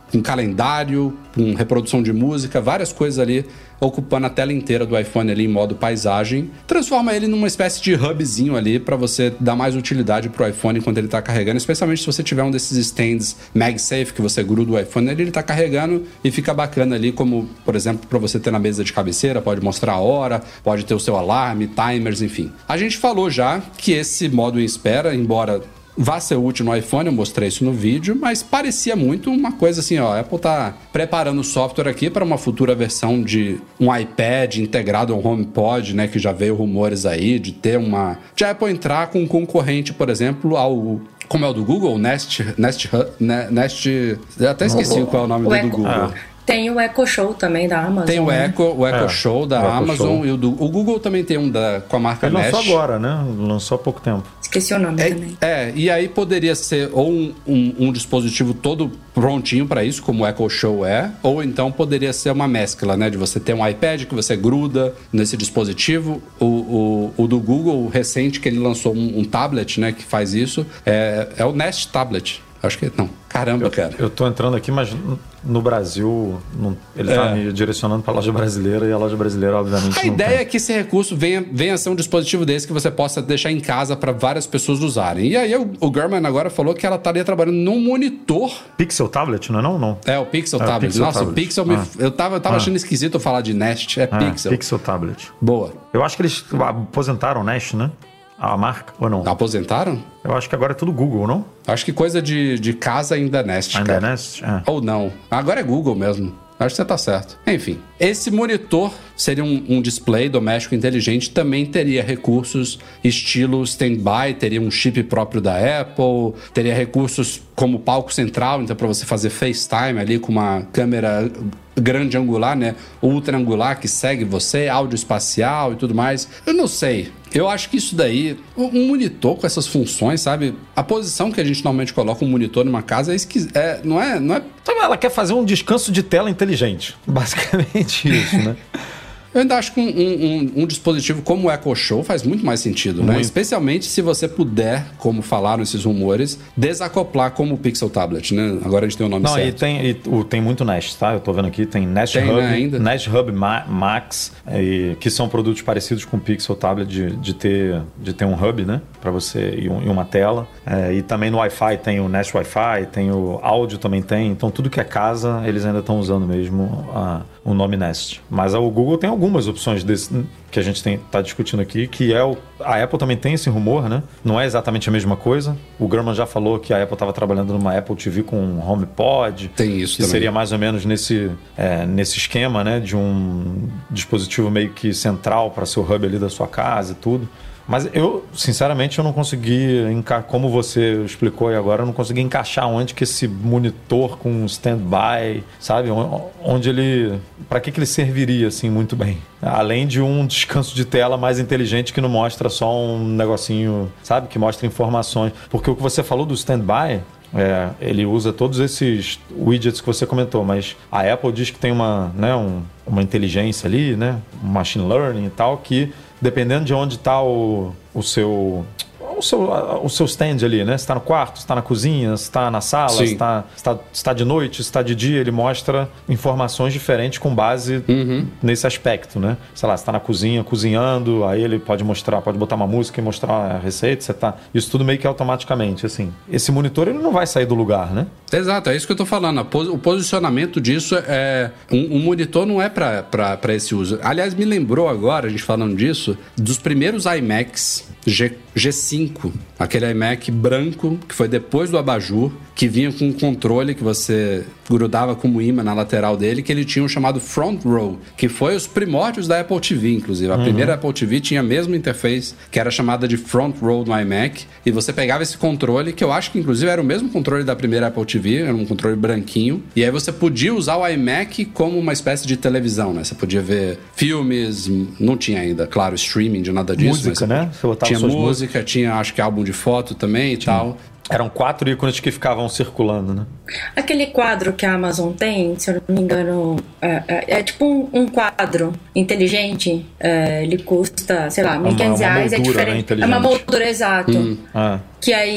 com calendário, com reprodução de música, várias coisas ali ocupando a tela inteira do iPhone ali em modo paisagem. Transforma ele numa espécie de hubzinho ali para você dar mais utilidade pro iPhone enquanto ele tá carregando, especialmente se você tiver um desses stands MagSafe que você gruda o iPhone, ele tá carregando e fica bacana ali, como, por exemplo, para você ter na mesa de cabeceira, pode mostrar a hora, pode ter o seu alarme, timers, enfim. A gente falou já que esse modo em espera, embora vá ser útil no iPhone, eu mostrei isso no vídeo, mas parecia muito uma coisa assim, ó, a Apple tá preparando o software aqui para uma futura versão de um iPad integrado ao HomePod, né, que já veio rumores aí de ter uma... de a Apple entrar com um concorrente, por exemplo, ao... como é o do Google? Nest... Nest... Nest... Eu até esqueci o, qual é o nome o do, Echo, do Google. Ah. Tem o Echo Show também da Amazon. Tem o Echo, o Echo é, Show da Echo Amazon Show. e o do... O Google também tem um da, com a marca Ele Nest. lançou agora, né? Lançou há pouco tempo. Esqueci o nome É, também. é, e aí poderia ser ou um, um, um dispositivo todo prontinho para isso, como o Echo Show é, ou então poderia ser uma mescla, né? De você ter um iPad que você gruda nesse dispositivo. O, o, o do Google, o recente, que ele lançou um, um tablet, né? Que faz isso, é, é o Nest Tablet. Acho que não. Caramba, eu, cara. Eu tô entrando aqui, mas no Brasil, não, ele tá É. me direcionando pra loja brasileira e a loja brasileira, obviamente, A não ideia tem. é que esse recurso venha, venha a ser um dispositivo desse que você possa deixar em casa para várias pessoas usarem. E aí o, o German agora falou que ela estaria trabalhando num monitor. Pixel Tablet, não é não? Não. É, o Pixel É, o Tablet. Pixel Nossa, Tablet. o Pixel me... Ah. Eu tava, eu tava Ah. achando esquisito eu falar de Nest. É É, Pixel. Pixel Tablet. Boa. Eu acho que eles aposentaram o Nest, né? A marca, ou não? Aposentaram? Eu acho que agora é tudo Google, não? Acho que coisa de, de casa ainda é Nest, Ainda cara. é Nest? É. Ou não. Agora é Google mesmo. Acho que você tá certo. Enfim, esse monitor seria um, um display doméstico inteligente, também teria recursos estilo standby, teria um chip próprio da Apple, teria recursos como palco central, então para você fazer FaceTime ali com uma câmera grande angular, né? Ultra angular que segue você, áudio espacial e tudo mais. Eu não sei. Eu acho que isso daí, um monitor com essas funções, sabe? A posição que a gente normalmente coloca um monitor numa casa é, esquis... é não é, não é. Então ela quer fazer um descanso de tela inteligente. Basicamente isso, né? Eu ainda acho que um, um, um, um dispositivo como o Echo Show faz muito mais sentido, né? Muito. Especialmente se você puder, como falaram esses rumores, desacoplar como o Pixel Tablet, né? Agora a gente tem o nome Não, certo. e tem, e, o, tem muito Nest, tá? Eu tô vendo aqui, tem Nest Tem, Hub, né, ainda? Nest Hub Ma- Max, e, que são produtos parecidos com o Pixel Tablet de, de, ter, de ter um hub, né? Pra você, e, um, e uma tela. É, e também no Wi-Fi tem o Nest Wi-Fi, tem o áudio também tem. Então tudo que é casa, eles ainda estão usando mesmo a, o nome Nest. Mas a, o Google tem algumas opções desse, que a gente está discutindo aqui, que é o... A Apple também tem esse rumor, né? Não é exatamente a mesma coisa. O German já falou que a Apple estava trabalhando numa Apple T V com um HomePod. Tem isso que também. seria mais ou menos nesse, é, nesse esquema, né? De um dispositivo meio que central para ser o hub ali da sua casa e tudo. Mas eu, sinceramente, eu não consegui, enca- como você explicou aí agora, eu não consegui encaixar onde que esse monitor com stand-by, sabe? Onde ele... Para que que ele serviria, assim, muito bem? Além de um descanso de tela mais inteligente que não mostra só um negocinho, sabe? Que mostra informações. Porque o que você falou do stand-by... É, ele usa todos esses widgets que você comentou, mas a Apple diz que tem uma, né, um, uma inteligência ali, né, um machine learning e tal, que dependendo de onde está o, o seu... O seu, o seu stand ali, né? Se está no quarto, se está na cozinha, se está na sala, se está, se está, se está de noite, se está de dia, ele mostra informações diferentes com base Uhum. nesse aspecto, né? Sei lá, você está na cozinha, cozinhando, aí ele pode mostrar, pode botar uma música e mostrar a receita, você tá... Isso tudo meio que automaticamente, assim. Esse monitor, ele não vai sair do lugar, né? Exato, é isso que eu tô falando. A pos- O posicionamento disso é... Um, um monitor não é para esse uso. Aliás, me lembrou agora, a gente falando disso, dos primeiros iMacs G, G cinco. Aquele iMac branco, que foi depois do abajur, que vinha com um controle que você grudava como imã na lateral dele, que ele tinha um chamado Front Row, que foi os primórdios da Apple T V, inclusive. A Uhum. primeira Apple T V tinha a mesma interface, que era chamada de Front Row no iMac, e você pegava esse controle, que eu acho que inclusive era o mesmo controle da primeira Apple T V, era um controle branquinho, e aí você podia usar o iMac como uma espécie de televisão, né? Você podia ver filmes, não tinha ainda, claro, streaming de nada disso. Música, mas né? Você botava tinha suas música, tinha acho que álbum de foto também e tal. Eram quatro ícones que ficavam circulando, né? Aquele quadro que a Amazon tem, se eu não me engano, é, é, é tipo um, um quadro inteligente. É, ele custa, sei lá, mil e quinhentos Uma- uma reais. É moldura, né, diferente. É inteligente. uma moldura, exato. Hum. Ah. Que aí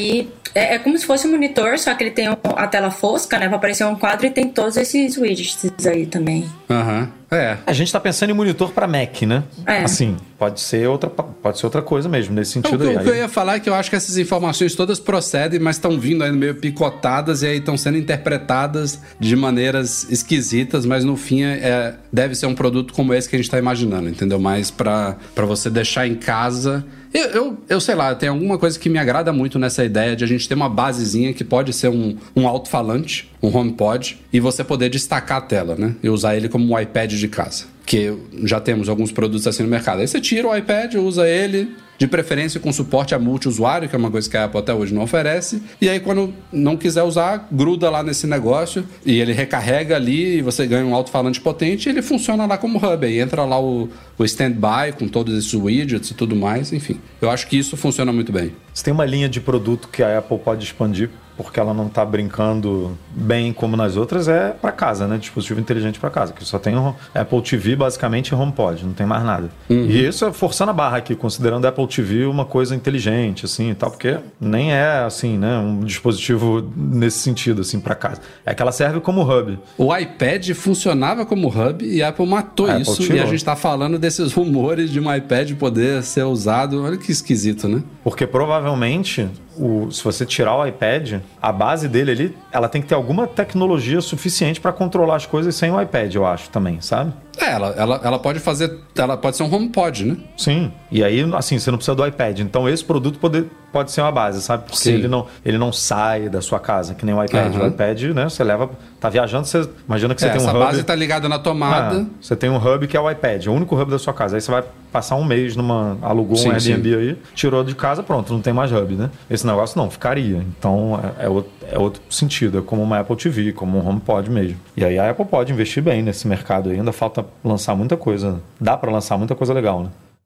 É, é como se fosse um monitor, só que ele tem a tela fosca, né? Vai aparecer um quadro e tem todos esses widgets aí também. Aham, uhum. é. A gente tá pensando em monitor para Mac, né? É. Assim, pode ser outra, pode ser outra coisa mesmo, nesse sentido então, aí. O que eu ia falar é que eu acho que essas informações todas procedem, mas estão vindo aí meio picotadas e aí estão sendo interpretadas de maneiras esquisitas, mas no fim é, deve ser um produto como esse que a gente tá imaginando, entendeu? Mais para para você deixar em casa. Eu, eu, eu sei lá, tem alguma coisa que me agrada muito nessa ideia de a gente ter uma basezinha que pode ser um, um alto-falante, um HomePod, e você poder destacar a tela, né? E usar ele como um iPad de casa. Que já temos alguns produtos assim no mercado. Aí você tira o iPad, usa ele, de preferência com suporte a multiusuário, que é uma coisa que a Apple até hoje não oferece. E aí quando não quiser usar, gruda lá nesse negócio e ele recarrega ali e você ganha um alto-falante potente e ele funciona lá como hub. Aí entra lá o, o standby com todos esses widgets e tudo mais, enfim. Eu acho que isso funciona muito bem. Você tem uma linha de produto que a Apple pode expandir porque ela não está brincando bem como nas outras, é para casa, né? Dispositivo inteligente para casa, que só tem o Apple T V basicamente e HomePod, não tem mais nada. Uhum. E isso é forçando a barra aqui, considerando a Apple T V uma coisa inteligente, assim, e tal, porque nem é, assim, né, um dispositivo nesse sentido, assim, para casa. É que ela serve como hub. O iPad funcionava como hub e a Apple matou a isso. Apple e a gente está falando desses rumores de um iPad poder ser usado. Olha que esquisito, né? Porque provavelmente... O, se você tirar o iPad, a base dele ali, ela tem que ter alguma tecnologia suficiente para controlar as coisas sem o iPad, eu acho, também, sabe? É, ela, ela, ela pode fazer, ela pode ser um HomePod, né? Sim, e aí, assim, você não precisa do iPad. Então, esse produto pode, pode ser uma base, sabe? Porque ele não, ele não sai da sua casa, que nem o iPad. Uhum. O iPad, né, você leva, tá viajando, você imagina que você é, tem um essa hub... Essa base tá ligada na tomada. Ah, você tem um hub que é o iPad, é o único hub da sua casa. Aí você vai passar um mês numa... alugou sim, um Airbnb sim. aí, tirou de casa, pronto, não tem mais hub, né? Esse negócio não, ficaria. Então, é, é, outro, é outro sentido, é como uma Apple T V, como um HomePod mesmo. E aí a Apple pode investir bem nesse mercado aí, ainda falta lançar muita coisa. Dá para lançar muita coisa legal, né?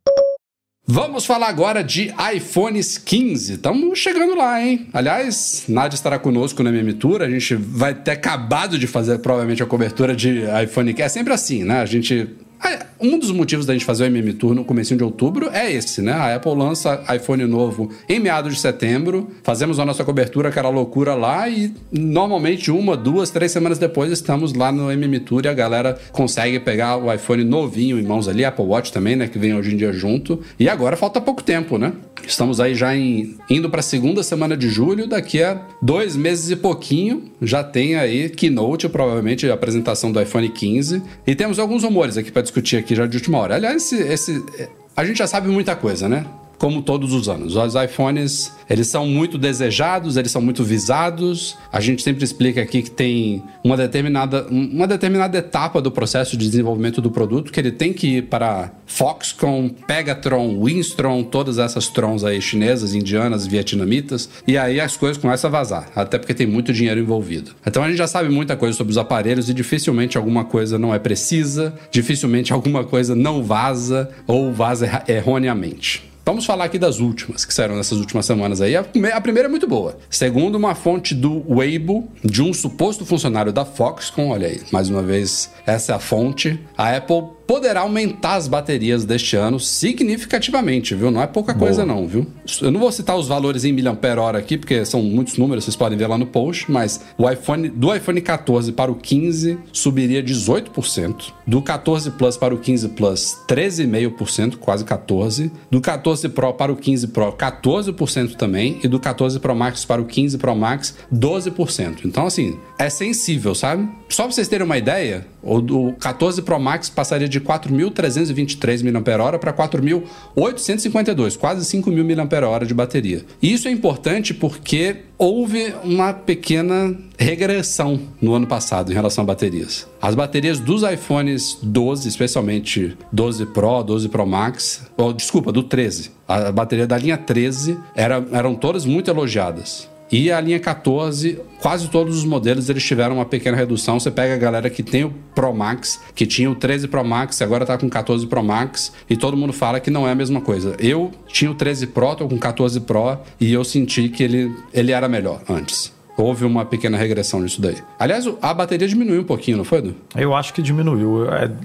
Vamos falar agora de iPhones quinze. Estamos chegando lá, hein? Aliás, Nádia estará conosco na M M Tour. A gente vai ter acabado de fazer provavelmente a cobertura de iPhone quinze. É sempre assim, né? A gente... Um dos motivos da gente fazer o M M Tour no comecinho de outubro é esse, né? A Apple lança iPhone novo em meados de setembro, fazemos a nossa cobertura, aquela loucura lá, e normalmente uma, duas, três semanas depois estamos lá no M M Tour e a galera consegue pegar o iPhone novinho em mãos ali, Apple Watch também, né? Que vem hoje em dia junto. E agora falta pouco tempo, né? Estamos aí já em, indo para a segunda semana de julho, daqui a dois meses e pouquinho, já tem aí Keynote, provavelmente a apresentação do iPhone quinze. E temos alguns rumores aqui para discutir aqui já de última hora. Aliás, esse, esse, a gente já sabe muita coisa, né? Como todos os anos. Os iPhones, eles são muito desejados, eles são muito visados. A gente sempre explica aqui que tem uma determinada, uma determinada etapa do processo de desenvolvimento do produto, que ele tem que ir para Foxconn, Pegatron, Winstron, todas essas trons aí chinesas, indianas, vietnamitas, e aí as coisas começam a vazar, até porque tem muito dinheiro envolvido. Então a gente já sabe muita coisa sobre os aparelhos e dificilmente alguma coisa não é precisa, dificilmente alguma coisa não vaza ou vaza erroneamente. Vamos falar aqui das últimas, que saíram nessas últimas semanas aí. A primeira é muito boa. Segundo uma fonte do Weibo, de um suposto funcionário da Foxconn, olha aí, mais uma vez, essa é a fonte, a Apple poderá aumentar as baterias deste ano significativamente, viu? Não é pouca coisa não, viu? Eu não vou citar os valores em miliampere-hora aqui, porque são muitos números, vocês podem ver lá no post, mas o iPhone, do iPhone quatorze para o quinze subiria dezoito por cento, do quatorze Plus para o quinze Plus treze vírgula cinco por cento, quase quatorze por cento, do quatorze Pro para o quinze Pro quatorze por cento também, e do quatorze Pro Max para o quinze Pro Max doze por cento. Então assim, é sensível, sabe? Só pra vocês terem uma ideia, o do quatorze Pro Max passaria de quatro mil trezentos e vinte e três miliampere-hora para quatro mil oitocentos e cinquenta e dois, quase cinco mil miliampere-hora de bateria. E isso é importante porque houve uma pequena regressão no ano passado em relação a baterias. As baterias dos iPhones doze, especialmente doze Pro, doze Pro Max, ou, desculpa, do treze, a bateria da linha treze era, eram todas muito elogiadas. E a linha quatorze, quase todos os modelos eles tiveram uma pequena redução. Você pega a galera que tem o Pro Max, que tinha o treze Pro Max, agora tá com quatorze Pro Max, e todo mundo fala que não é a mesma coisa. Eu tinha o treze Pro, tô com quatorze Pro, e eu senti que ele, ele era melhor antes. Houve uma pequena regressão nisso daí. Aliás, a bateria diminuiu um pouquinho, não foi, Edu? Eu acho que diminuiu. É, é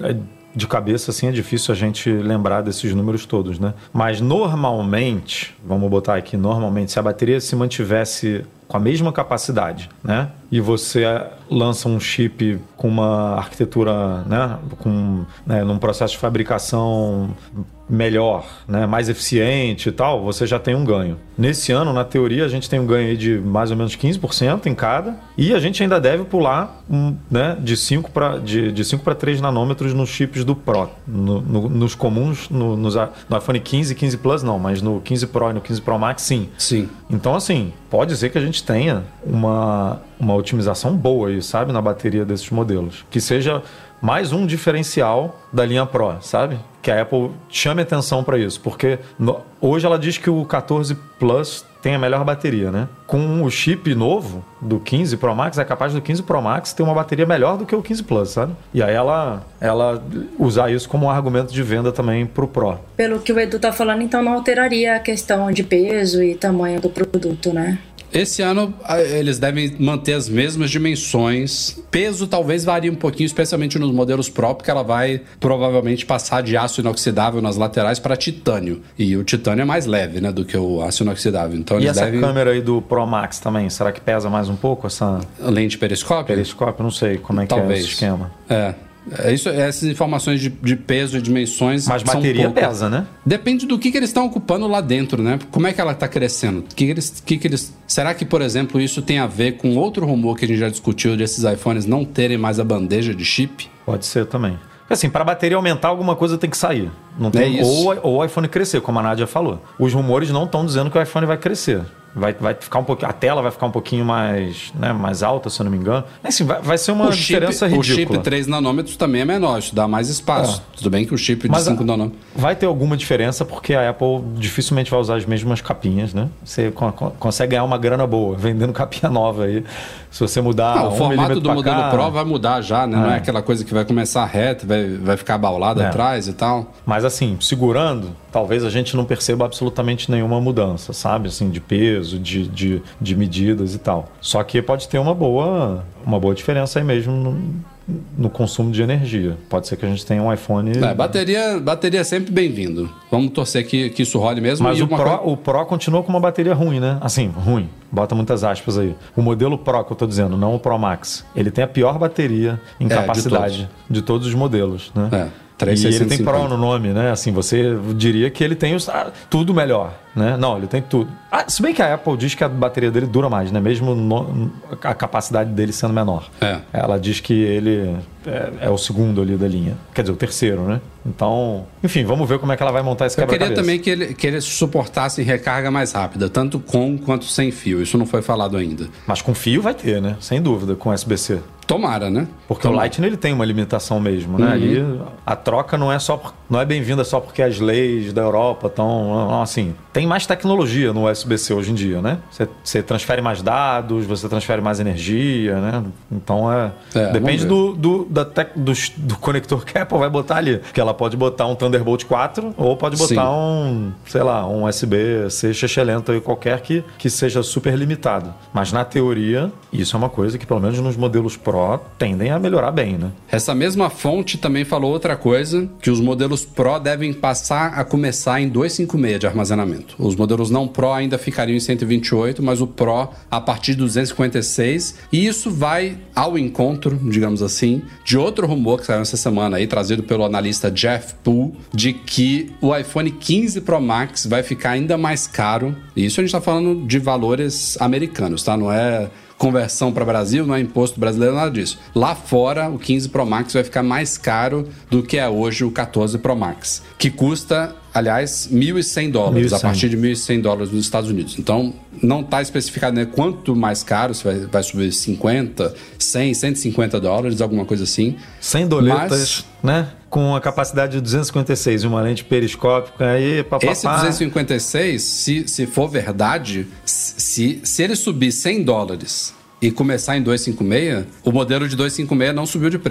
de cabeça, assim, é difícil a gente lembrar desses números todos, né? Mas normalmente, vamos botar aqui, normalmente, se a bateria se mantivesse com a mesma capacidade, né? E você lança um chip com uma arquitetura, né? Com, né, num processo de fabricação melhor, né? Mais eficiente e tal, você já tem um ganho. Nesse ano, na teoria, a gente tem um ganho aí de mais ou menos quinze por cento em cada, e a gente ainda deve pular um, né, de cinco para de, de cinco para três nanômetros nos chips do Pro. No, no, nos comuns, no, nos, no iPhone quinze e quinze Plus não, mas no quinze Pro e no quinze Pro Max sim. Sim. Então, assim, pode ser que a gente tenha uma, uma otimização boa aí, sabe, na bateria desses modelos. Que seja mais um diferencial da linha Pro, sabe? Que a Apple chame atenção para isso, porque no, hoje ela diz que o quatorze Plus tem a melhor bateria, né? Com o chip novo do quinze Pro Max, é capaz do quinze Pro Max ter uma bateria melhor do que o quinze Plus, sabe? E aí ela, ela usar isso como um argumento de venda também pro Pro. Pelo que o Edu tá falando, então não alteraria a questão de peso e tamanho do produto, né? Esse ano eles devem manter as mesmas dimensões. Peso talvez varie um pouquinho, especialmente nos modelos Pro, porque ela vai provavelmente passar de aço inoxidável nas laterais para titânio. E o titânio é mais leve, né, do que o aço inoxidável. Então, e eles essa devem... câmera aí do Pro Max também, será que pesa mais um pouco essa lente periscópio? Periscópio, não sei como é que talvez. é esse esquema. É. Isso, essas informações de, de peso e dimensões. Mas bateria um pouco... pesa, né? Depende do que, que eles estão ocupando lá dentro, né? Como é que ela está crescendo? Que que eles, que que eles... Será que, por exemplo, isso tem a ver com outro rumor que a gente já discutiu de esses iPhones não terem mais a bandeja de chip? Pode ser também. Assim, para a bateria aumentar, alguma coisa tem que sair. Não tem... É isso. Ou, ou o iPhone crescer, como a Nádia falou. Os rumores não estão dizendo que o iPhone vai crescer. Vai, vai ficar um pouquinho, a tela vai ficar um pouquinho mais, né, mais alta, se eu não me engano. Assim, vai, vai ser uma o diferença chip, ridícula. O chip três nanômetros também é menor, isso dá mais espaço. É. Tudo bem que o chip de cinco nanômetros... Vai ter alguma diferença porque a Apple dificilmente vai usar as mesmas capinhas, né? Você co- consegue ganhar uma grana boa vendendo capinha nova aí. Se você mudar ah, o um formato do modelo cá, Pro vai mudar já, né? É. Não é aquela coisa que vai começar reto, vai, vai ficar abaulada é. atrás e tal. Mas assim, segurando, talvez a gente não perceba absolutamente nenhuma mudança, sabe? Assim, de peso, de, de, de medidas e tal. Só que pode ter uma boa, uma boa diferença aí mesmo no, no consumo de energia. Pode ser que a gente tenha um iPhone... É, bateria, bateria é sempre bem-vindo. Vamos torcer que, que isso role mesmo. Mas e o, uma Pro, coisa... o Pro continua com uma bateria ruim, né? Assim, ruim. Bota muitas aspas aí. O modelo Pro que eu tô dizendo, não o Pro Max, ele tem a pior bateria em é, capacidade de todos. de todos os modelos, né? É. E ele tem Pro no nome, né? Assim, você diria que ele tem os, ah, tudo melhor, né? Não, ele tem tudo. Ah, se bem que a Apple diz que a bateria dele dura mais, né? Mesmo no, a capacidade dele sendo menor. É. Ela diz que ele é, é o segundo ali da linha. Quer dizer, o terceiro, né? Então, enfim, vamos ver como é que ela vai montar esse quebra-cabeça. Eu queria também que ele, que ele suportasse recarga mais rápida, tanto com quanto sem fio. Isso não foi falado ainda. Mas com fio vai ter, né? Sem dúvida, com U S B C. Tomara, né? Porque Tomara. o Lightning ele tem uma limitação mesmo, né? Uhum. Ali a troca não é só por, não é bem-vinda só porque as leis da Europa estão, assim, tem mais tecnologia no U S B C hoje em dia, né? Você, você transfere mais dados, você transfere mais energia, né? Então é, é depende do do, da tec, do do conector que a Apple vai botar ali, porque ela pode botar um Thunderbolt quatro ou pode botar Sim. um, sei lá, um U S B C xexelento aí qualquer que que seja super limitado. Mas na teoria, isso é uma coisa que pelo menos nos modelos Pro tendem a melhorar bem, né? Essa mesma fonte também falou outra coisa, que os modelos Pro devem passar a começar em duzentos e cinquenta e seis de armazenamento. Os modelos não Pro ainda ficariam em cento e vinte e oito, mas o Pro a partir de duzentos e cinquenta e seis, e isso vai ao encontro, digamos assim, de outro rumor que saiu essa semana aí, trazido pelo analista Jeff Poole, de que o iPhone quinze Pro Max vai ficar ainda mais caro, e isso a gente tá falando de valores americanos, tá? Não é conversão para Brasil, não é imposto brasileiro, nada disso. Lá fora, o quinze Pro Max vai ficar mais caro do que é hoje o quatorze Pro Max, que custa, aliás, mil e cem dólares, mil e cem. A partir de mil e cem dólares nos Estados Unidos. Então, não está especificado, né, quanto mais caro, se vai, vai subir cinquenta, cem, cento e cinquenta dólares, alguma coisa assim. cem doletas, mas, né? Com a capacidade de duzentos e cinquenta e seis e uma lente periscópica aí, papapá. Esse duzentos e cinquenta e seis, se, se for verdade, se, se ele subir cem dólares e começar em duzentos e cinquenta e seis, o modelo de duzentos e cinquenta e seis não subiu de preço.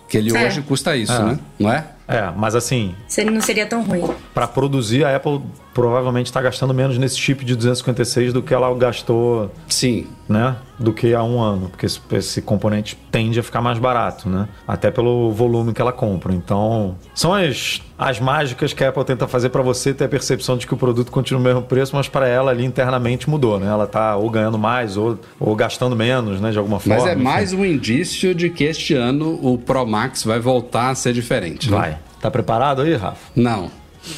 Que ele É. hoje custa isso, É. né? Não é? É, mas assim, Seria- Não seria tão ruim. para produzir, a Apple provavelmente está gastando menos nesse chip de duzentos e cinquenta e seis do que ela gastou, Sim. né? Do que há um ano, porque esse, esse componente tende a ficar mais barato, né? Até pelo volume que ela compra. Então, são as, as mágicas que a Apple tenta fazer para você ter a percepção de que o produto continua no mesmo preço, mas para ela ali internamente mudou, né? Ela tá ou ganhando mais ou, ou gastando menos, né? De alguma forma. Mas é enfim. mais um indício de que este ano o Pro Max vai voltar a ser diferente. né? Vai. Tá preparado aí, Rafa? Não.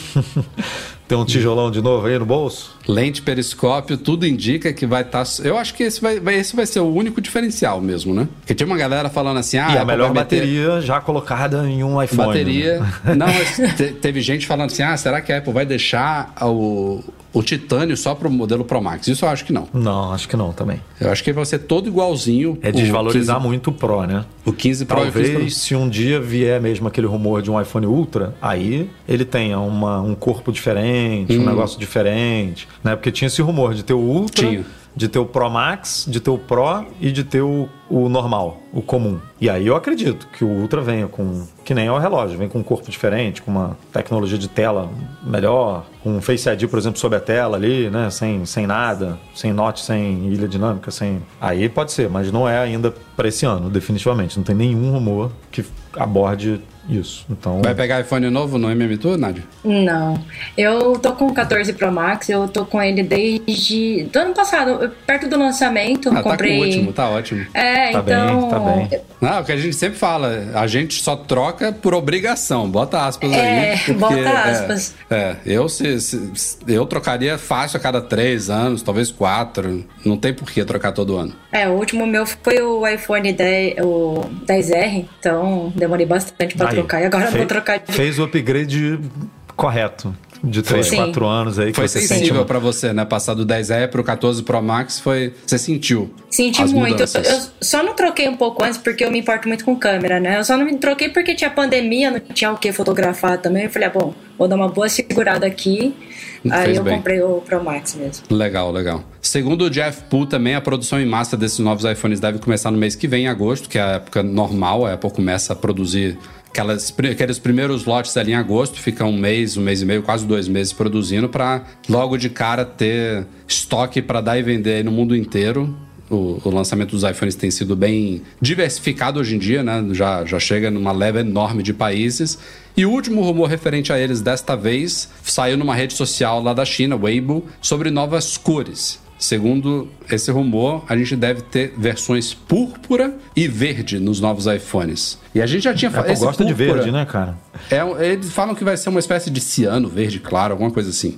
Tem um tijolão de novo aí no bolso? Lente periscópio, tudo indica que vai estar. Eu acho que esse vai, vai- esse vai ser o único diferencial mesmo, né? Porque tinha uma galera falando assim: ah, e a Apple melhor vai meter bateria já colocada em um iPhone. bateria. né? Não, mas te- teve gente falando assim: ah, será que a Apple vai deixar o, o titânio só pro modelo Pro Max? Isso eu acho que não. Não, acho que não também. Eu acho que vai ser todo igualzinho. É o desvalorizar quinze muito o Pro, né? O quinze Pro e o quinze Pro. Talvez se um dia vier mesmo aquele rumor de um iPhone Ultra, aí ele tenha uma, um corpo diferente, Hum. um negócio diferente, né? Porque tinha esse rumor de ter o Ultra, Tinha. de ter o Pro Max, de ter o Pro e de ter o, o normal, o comum. E aí eu acredito que o Ultra venha com, que nem é o relógio, vem com um corpo diferente, com uma tecnologia de tela melhor, com um Face I D, por exemplo, sobre a tela ali, né? Sem, sem nada, sem notch, sem ilha dinâmica, sem... Aí pode ser, mas não é ainda para esse ano, definitivamente. Não tem nenhum rumor que aborde isso. Então... Vai pegar iPhone novo no M M Tour, Nádia? Não. Eu tô com o quatorze Pro Max, eu tô com ele desde do ano passado, eu- perto do lançamento. Ah, comprei. tá com o último, tá ótimo. É, Tá então. bem, tá bem. Não, o que a gente sempre fala, a gente só troca por obrigação. Bota aspas É, aí. porque, bota aspas. É, é, eu, se, se- se- eu trocaria fácil a cada três anos, talvez quatro. Não tem por que trocar todo ano. É, o último meu foi o iPhone dez, o dez R, então demorei bastante pra Aí, trocar e agora eu fe- vou trocar de Fez o upgrade correto. De três, Sim. quatro anos aí que Foi você sente sensível um- pra você, né? Passar do dez R pro quatorze Pro Max, foi, você sentiu. Senti as muito. mudanças. Eu só não troquei um pouco antes porque eu me importo muito com câmera, né? Eu só não me troquei porque tinha pandemia, não tinha o que fotografar também. Eu falei, ah, bom, vou dar uma boa segurada aqui. Aí Fez eu bem. comprei o Pro Max mesmo. Legal, legal. Segundo o Jeff Poole, também a produção em massa desses novos iPhones deve começar no mês que vem, em agosto, que é a época normal. A Apple começa a produzir aquelas, aqueles primeiros lotes ali em agosto, fica um mês, um mês e meio, quase dois meses produzindo, para logo de cara ter estoque para dar e vender aí no mundo inteiro. O, o lançamento dos iPhones tem sido bem diversificado hoje em dia, né? Já, já chega numa leva enorme de países. E o último rumor referente a eles desta vez saiu numa rede social lá da China, Weibo, sobre novas cores. Segundo esse rumor, a gente deve ter versões púrpura e verde nos novos iPhones. E a gente já tinha A Apple falado. gosta de verde, né, cara? É, um- eles falam que vai ser uma espécie de ciano, verde claro, alguma coisa assim.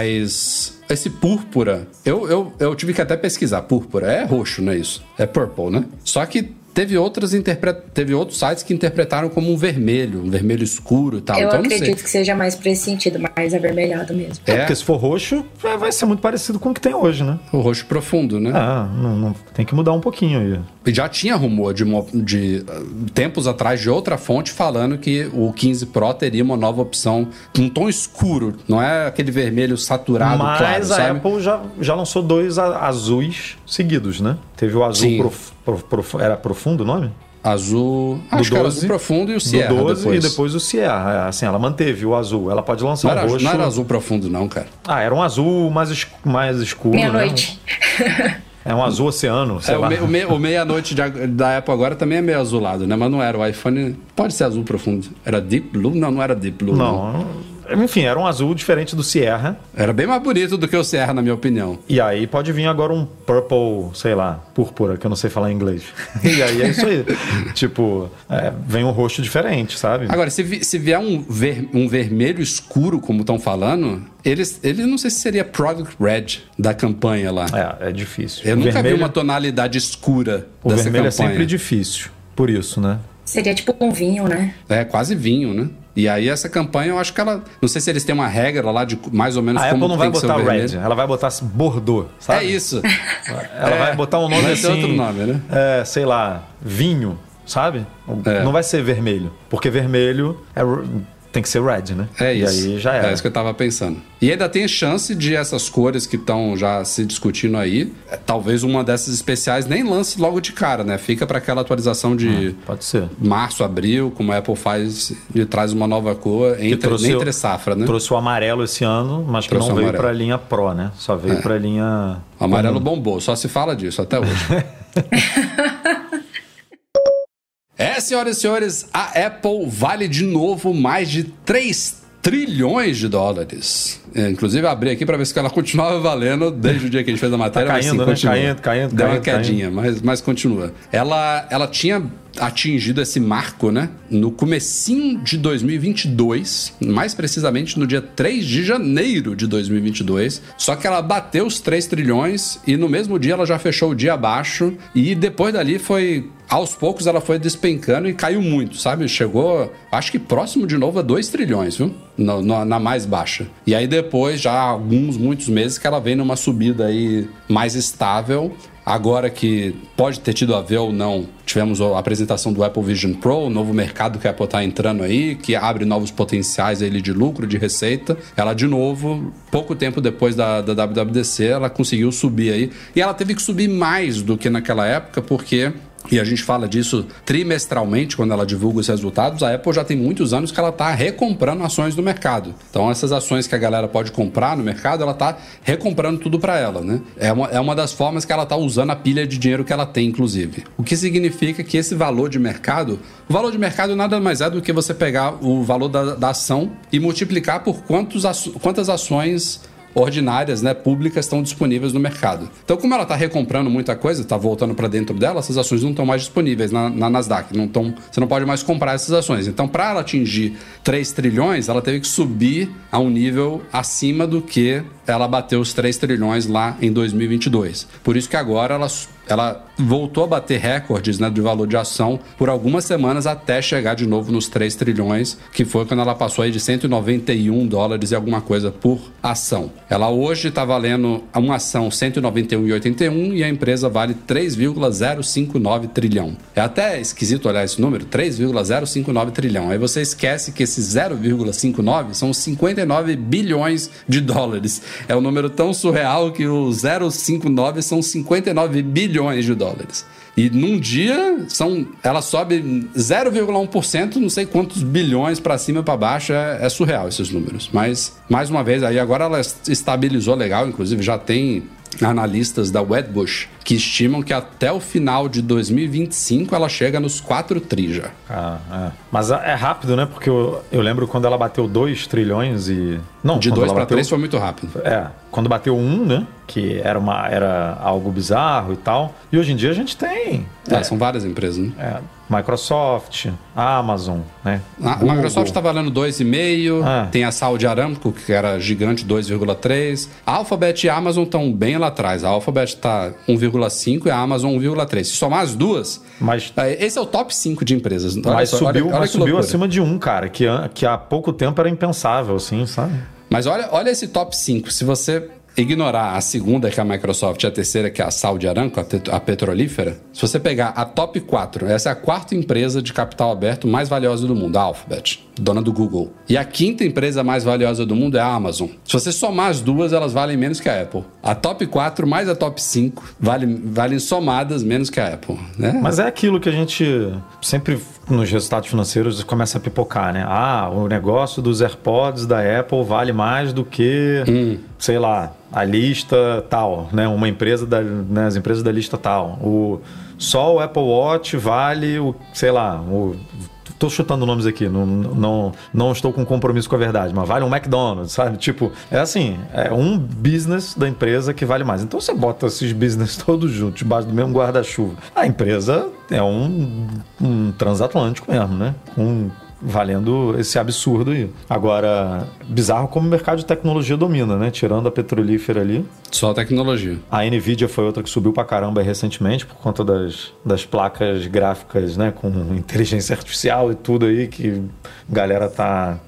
Mas esse púrpura, eu, eu, eu tive que até pesquisar. Púrpura é roxo, não é isso? É purple, né? Só que teve outras interpre... teve outros sites que interpretaram como um vermelho, um vermelho escuro e tal. eu então não acredito sei. que seja mais pra esse sentido, mais avermelhado mesmo. É, É. porque se for roxo, vai vai ser muito parecido com o que tem hoje, né? O roxo profundo, né? Ah, não, não- tem que mudar um pouquinho aí. E já tinha rumor de, mo- de uh, tempos atrás de outra fonte falando que o quinze Pro teria uma nova opção, um tom escuro, não é aquele vermelho saturado, Mas claro, a sabe? Apple já, já lançou dois a- azuis seguidos, né? Teve o azul, Sim. prof- prof- prof- era profundo o nome? Azul, acho que era azul profundo e o Sierra do doze depois. e depois o Sierra. Assim, ela manteve o azul. Ela pode lançar Não um era, roxo. não era azul profundo não, cara. Ah, era um azul mais, es- mais escuro. Meia-noite. Né? É um azul oceano, sei É, lá. o, me, o, me, o meia-noite de ag- da Apple agora também é meio azulado, né? Mas não era. O iPhone pode ser azul profundo. Era Deep Blue? Não, não era Deep Blue. Não, enfim, era um azul diferente do Sierra. Era bem mais bonito do que o Sierra, na minha opinião. E aí pode vir agora um purple, sei lá, púrpura, que eu não sei falar em inglês. E aí é isso aí. Tipo, é, vem um roxo diferente, sabe? Agora, se, vi- se vier um, ver- um vermelho escuro, como estão falando, eles, ele não sei se seria Product Red da campanha lá. É, é difícil. Eu O nunca vermelho, vi uma tonalidade escura O dessa vermelho campanha. é sempre difícil, por isso, né? Seria tipo um vinho, né? É, quase vinho, né? E aí essa campanha, eu acho que ela... Não sei se eles têm uma regra lá de mais ou menos A como Apple não tem vai que ser o botar vermelho. red, ela vai botar Bordeaux, sabe? É isso. Ela É, vai botar um nome vai ter assim... outro nome, né? É, sei lá, vinho, sabe? É. Não vai ser vermelho, porque vermelho é, tem que ser red, né? É isso. E aí já era. É isso que eu tava pensando. E ainda tem chance de essas cores que estão já se discutindo aí, talvez uma dessas especiais nem lance logo de cara, né? Fica para aquela atualização de ah, pode ser. março, abril, como a Apple faz e traz uma nova cor entre, entre safra, né? Trouxe o amarelo esse ano, mas que trouxe não veio para a linha Pro, né? Só veio é. para a linha... O amarelo bombou, só se fala disso até hoje. É, senhoras e senhores, a Apple vale de novo mais de três trilhões de dólares. É, inclusive, abri aqui para ver se ela continuava valendo desde o dia que a gente fez a matéria. Tá caindo, mas, sim, né? Caindo, caindo, Deu caindo, uma quedinha, caindo. Mas, mas continua. Ela, ela tinha atingido esse marco, né? No comecinho de dois mil e vinte e dois, mais precisamente no dia três de janeiro de dois mil e vinte e dois. Só que ela bateu os três trilhões e no mesmo dia ela já fechou o dia abaixo e depois dali foi... Aos poucos ela foi despencando e caiu muito, sabe? Chegou, acho que próximo de novo a dois trilhões, viu? No, no, na mais baixa. E aí depois, já há alguns, muitos meses que ela vem numa subida aí mais estável. Agora que pode ter tido a ver ou não, tivemos a apresentação do Apple Vision Pro, o novo mercado que a Apple está entrando aí, que abre novos potenciais aí de lucro, de receita. Ela, de novo, pouco tempo depois da, da W W D C, ela conseguiu subir aí. E ela teve que subir mais do que naquela época, porque... E a gente fala disso trimestralmente quando ela divulga os resultados. A Apple já tem muitos anos que ela está recomprando ações do mercado. Então essas ações que a galera pode comprar no mercado, ela está recomprando tudo para ela, né? É uma, é uma das formas que ela está usando a pilha de dinheiro que ela tem, inclusive. O que significa que esse valor de mercado... O valor de mercado nada mais é do que você pegar o valor da, da ação e multiplicar por quantos, quantas ações... ordinárias, né, públicas estão disponíveis no mercado. Então, como ela está recomprando muita coisa, está voltando para dentro dela, essas ações não estão mais disponíveis na, na Nasdaq. Não tão, você não pode mais comprar essas ações. Então, para ela atingir três trilhões, ela teve que subir a um nível acima do que ela bateu os três trilhões lá em dois mil e vinte e dois. Por isso que agora ela, ela voltou a bater recordes, né, de valor de ação por algumas semanas até chegar de novo nos três trilhões, que foi quando ela passou aí de cento e noventa e um dólares e alguma coisa por ação. Ela hoje está valendo uma ação cento e noventa e um vírgula oitenta e um e a empresa vale três vírgula zero cinco nove trilhão. É até esquisito olhar esse número, três vírgula zero cinco nove trilhão. Aí você esquece que esse zero vírgula cinquenta e nove são cinquenta e nove bilhões de dólares. É um número tão surreal que o zero vírgula cinquenta e nove são cinquenta e nove bilhões de dólares. E num dia, são, ela sobe zero vírgula um por cento, não sei quantos bilhões para cima e para baixo, é, é surreal esses números. Mas, mais uma vez, aí agora ela estabilizou legal, inclusive já tem analistas da Wedbush que estimam que até o final de dois mil e vinte e cinco ela chega nos quatro tri já. Ah, é. Mas é rápido, né? Porque eu, eu lembro quando ela bateu dois trilhões e... Não, de dois para três foi muito rápido. É, quando bateu um, né? Que era, uma, era algo bizarro e tal. E hoje em dia a gente tem... É, é, são várias empresas, né? É, Microsoft, Amazon, né? A Google. Microsoft está valendo dois vírgula cinco, ah. tem a Saudi Aramco, que era gigante, dois vírgula três. A Alphabet e a Amazon estão bem lá atrás. A Alphabet está um vírgula cinco e a Amazon um vírgula três. Se somar as duas, mas, esse é o top cinco de empresas. Olha mas só, subiu, olha, olha mas subiu acima de um, cara, que, que há pouco tempo era impensável, assim, sabe? Mas olha, olha esse top cinco. Se você ignorar a segunda, que é a Microsoft, e a terceira, que é a Saudi Aramco, a petrolífera, se você pegar a top quatro, essa é a quarta empresa de capital aberto mais valiosa do mundo, a Alphabet, dona do Google. E a quinta empresa mais valiosa do mundo é a Amazon. Se você somar as duas, elas valem menos que a Apple. A top quatro mais a top cinco valem, valem somadas menos que a Apple, né? Mas é aquilo que a gente sempre, nos resultados financeiros, começa a pipocar, né? Ah, o negócio dos AirPods da Apple vale mais do que, hum. sei lá, a lista tal, né? Uma empresa da, né? As empresas da lista tal. O, só o Apple Watch vale o, sei lá, o... Tô chutando nomes aqui, não, não, não estou com compromisso com a verdade, mas vale um McDonald's, sabe? Tipo, é assim, é um business da empresa que vale mais. Então você bota esses business todos juntos, debaixo do mesmo guarda-chuva. A empresa é um, um transatlântico mesmo, né? Um... valendo esse absurdo aí. Agora, bizarro como o mercado de tecnologia domina, né? Tirando a petrolífera ali. Só a tecnologia. A Nvidia foi outra que subiu pra caramba recentemente por conta das, das placas gráficas, né? Com inteligência artificial e tudo aí que a galera tá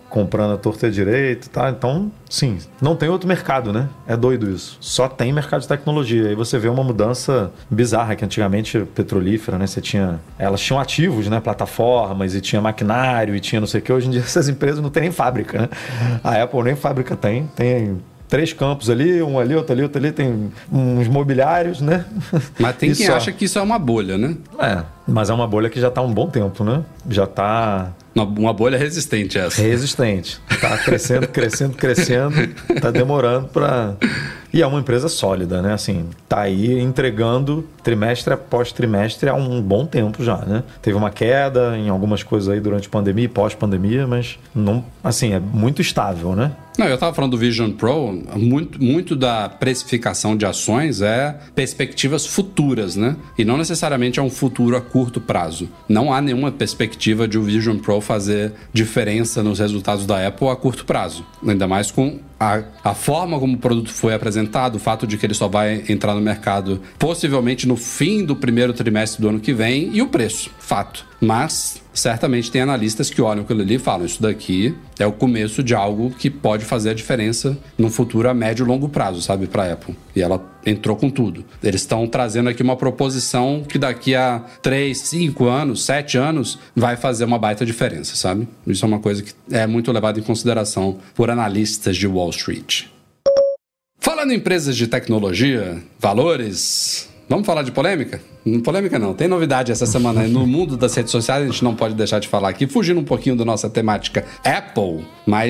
comprando a torta direito, tá? Então, sim, não tem outro mercado, né? É doido isso. Só tem mercado de tecnologia. Aí você vê uma mudança bizarra, que antigamente petrolífera, né? Você tinha... Elas tinham ativos, né? Plataformas, e tinha maquinário, e tinha não sei o que. Hoje em dia essas empresas não tem nem fábrica, né? A Apple nem fábrica tem. Tem... Três campos ali, um ali, outro ali, outro ali, tem uns mobiliários, né? Mas tem E quem só. acha que isso é uma bolha, né? É, mas é uma bolha que já está há um bom tempo, né? Já está Uma, uma bolha resistente essa. resistente. Está crescendo, crescendo, crescendo. Está demorando para... E é uma empresa sólida, né? Assim, tá aí entregando trimestre após trimestre há um bom tempo já, né? Teve uma queda em algumas coisas aí durante a pandemia e pós-pandemia, mas não, assim, é muito estável, né? Não, eu estava falando do Vision Pro, muito, muito da precificação de ações é perspectivas futuras, né? E não necessariamente é um futuro a curto prazo. Não há nenhuma perspectiva de o Vision Pro fazer diferença nos resultados da Apple a curto prazo. Ainda mais com a, a forma como o produto foi apresentado, o fato de que ele só vai entrar no mercado possivelmente no fim do primeiro trimestre do ano que vem e o preço, fato. Mas certamente tem analistas que olham aquilo ali e falam, isso daqui é o começo de algo que pode fazer a diferença num futuro a médio e longo prazo, sabe, para a Apple. E ela entrou com tudo. Eles estão trazendo aqui uma proposição que daqui a três, cinco anos, sete anos vai fazer uma baita diferença, sabe? Isso é uma coisa que é muito levada em consideração por analistas de Wall Street. Falando em empresas de tecnologia, valores... Vamos falar de polêmica? Polêmica não, tem novidade essa semana no mundo das redes sociais, a gente não pode deixar de falar aqui, fugindo um pouquinho da nossa temática Apple,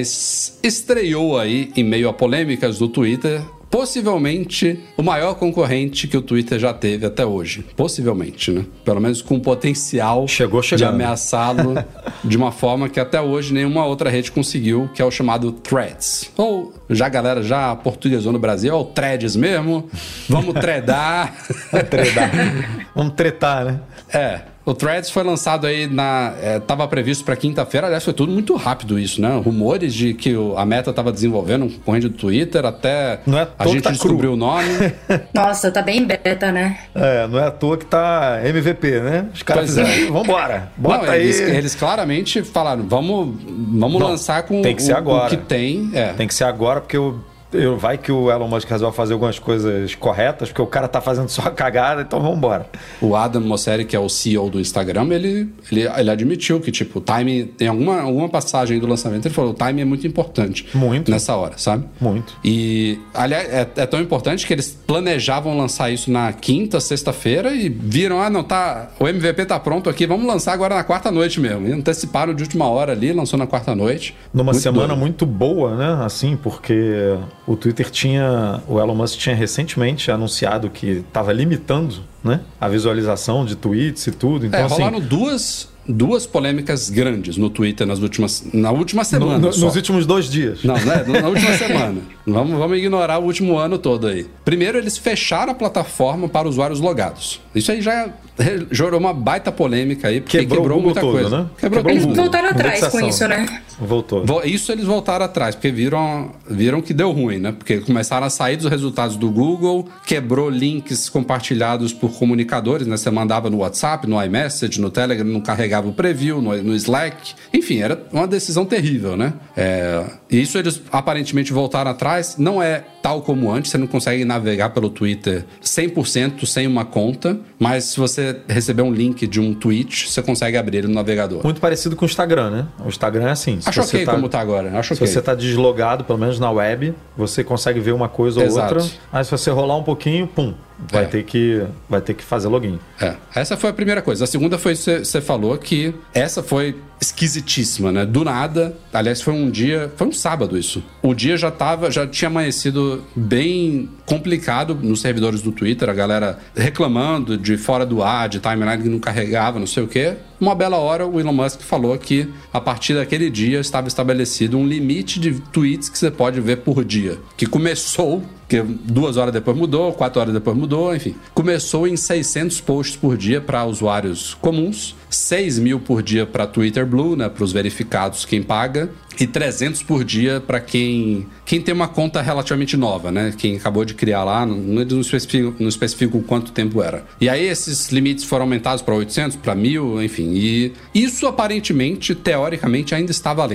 mas estreou aí em meio a polêmicas do Twitter, possivelmente o maior concorrente que o Twitter já teve até hoje. Possivelmente, né? Pelo menos com potencial Chegou de chegando. ameaçá-lo de uma forma que até hoje nenhuma outra rede conseguiu, que é o chamado Threads. Ou, já a galera já portuguesou no Brasil, é o Threads mesmo. Vamos tredar. Tredar. Vamos tretar, né? É. O Threads foi lançado aí na... Estava é, previsto para quinta-feira. Aliás, foi tudo muito rápido isso, né? Rumores de que o, a Meta estava desenvolvendo um concorrente do Twitter, até não é a gente tá descobriu cru. o nome. Nossa, tá bem beta, né? É, não é à toa que tá M V P, né? Os caras Pois fizeram, é. vambora, bota Não, aí. eles, eles claramente falaram, vamos, vamos Não, lançar com tem que ser o, agora. o que tem. É. Tem que ser agora, porque eu, eu, vai que o Elon Musk resolve fazer algumas coisas corretas, porque o cara tá fazendo só cagada, então vambora. O Adam Mosseri, que é o C E O do Instagram, ele, ele, ele admitiu que, tipo, o time... Tem alguma, alguma passagem do lançamento, ele falou, o time é muito importante. Muito. Nessa hora, sabe? Muito. E, aliás, é, é tão importante que eles planejavam lançar isso na quinta, sexta-feira e viram, ah, não, tá... O M V P tá pronto aqui, vamos lançar agora na quarta-noite mesmo. E anteciparam de última hora ali, lançou na quarta-noite. Numa Muito semana doido. muito boa, né? Assim, porque o Twitter tinha... O Elon Musk tinha recentemente anunciado que estava limitando, né, a visualização de tweets e tudo. Então, É, assim, rolaram duas, duas polêmicas grandes no Twitter nas últimas, na última semana. no- no- só. nos últimos dois dias. Não, né? Na última semana. Vamos, vamos ignorar o último ano todo aí. Primeiro, eles fecharam a plataforma para usuários logados. Isso aí já gerou uma baita polêmica aí, porque Quebrou quebrou, o Google muita todo, coisa. né? Quebrou, Quebrou Eles tudo. voltaram atrás com Indexação. isso, né? Voltou. Vo- Isso eles voltaram atrás, porque viram, viram que deu ruim, né? Porque começaram a sair dos resultados do Google, quebrou links compartilhados por comunicadores, né? Você mandava no WhatsApp, no iMessage, no Telegram, não carregava o preview, no, no Slack. Enfim, era uma decisão terrível, né? É, isso eles aparentemente voltaram atrás. Não é tal como antes, você não consegue navegar pelo Twitter cem por cento sem uma conta, mas se você receber um link de um tweet, você consegue abrir ele no navegador. Muito parecido com o Instagram, né? O Instagram é assim. se Acho você ok tá- como tá agora. Acho Se ok. você está deslogado, pelo menos na web, você consegue ver uma coisa ou Exato. outra. Aí se você rolar um pouquinho, pum, vai, É. ter, que, vai ter que fazer login. É, essa foi a primeira coisa. A segunda foi, você você falou que essa foi esquisitíssima, né? Do nada, aliás, foi um dia, foi um sábado isso. O dia já tava, já tinha amanhecido bem complicado nos servidores do Twitter, a galera reclamando de fora do ar, de timeline que não carregava, não sei o quê. Uma bela hora, o Elon Musk falou que a partir daquele dia estava estabelecido um limite de tweets que você pode ver por dia, que começou, que duas horas depois mudou, quatro horas depois mudou, enfim. Começou em seiscentos posts por dia para usuários comuns, seis mil por dia para Twitter Blue, né, para os verificados, quem paga, e trezentos por dia para quem, quem tem uma conta relativamente nova, né? Quem acabou de criar lá, não, eles não especificam, não especificam quanto tempo era. E aí esses limites foram aumentados para oitocentos, para mil, enfim. E isso aparentemente, teoricamente, ainda está valendo.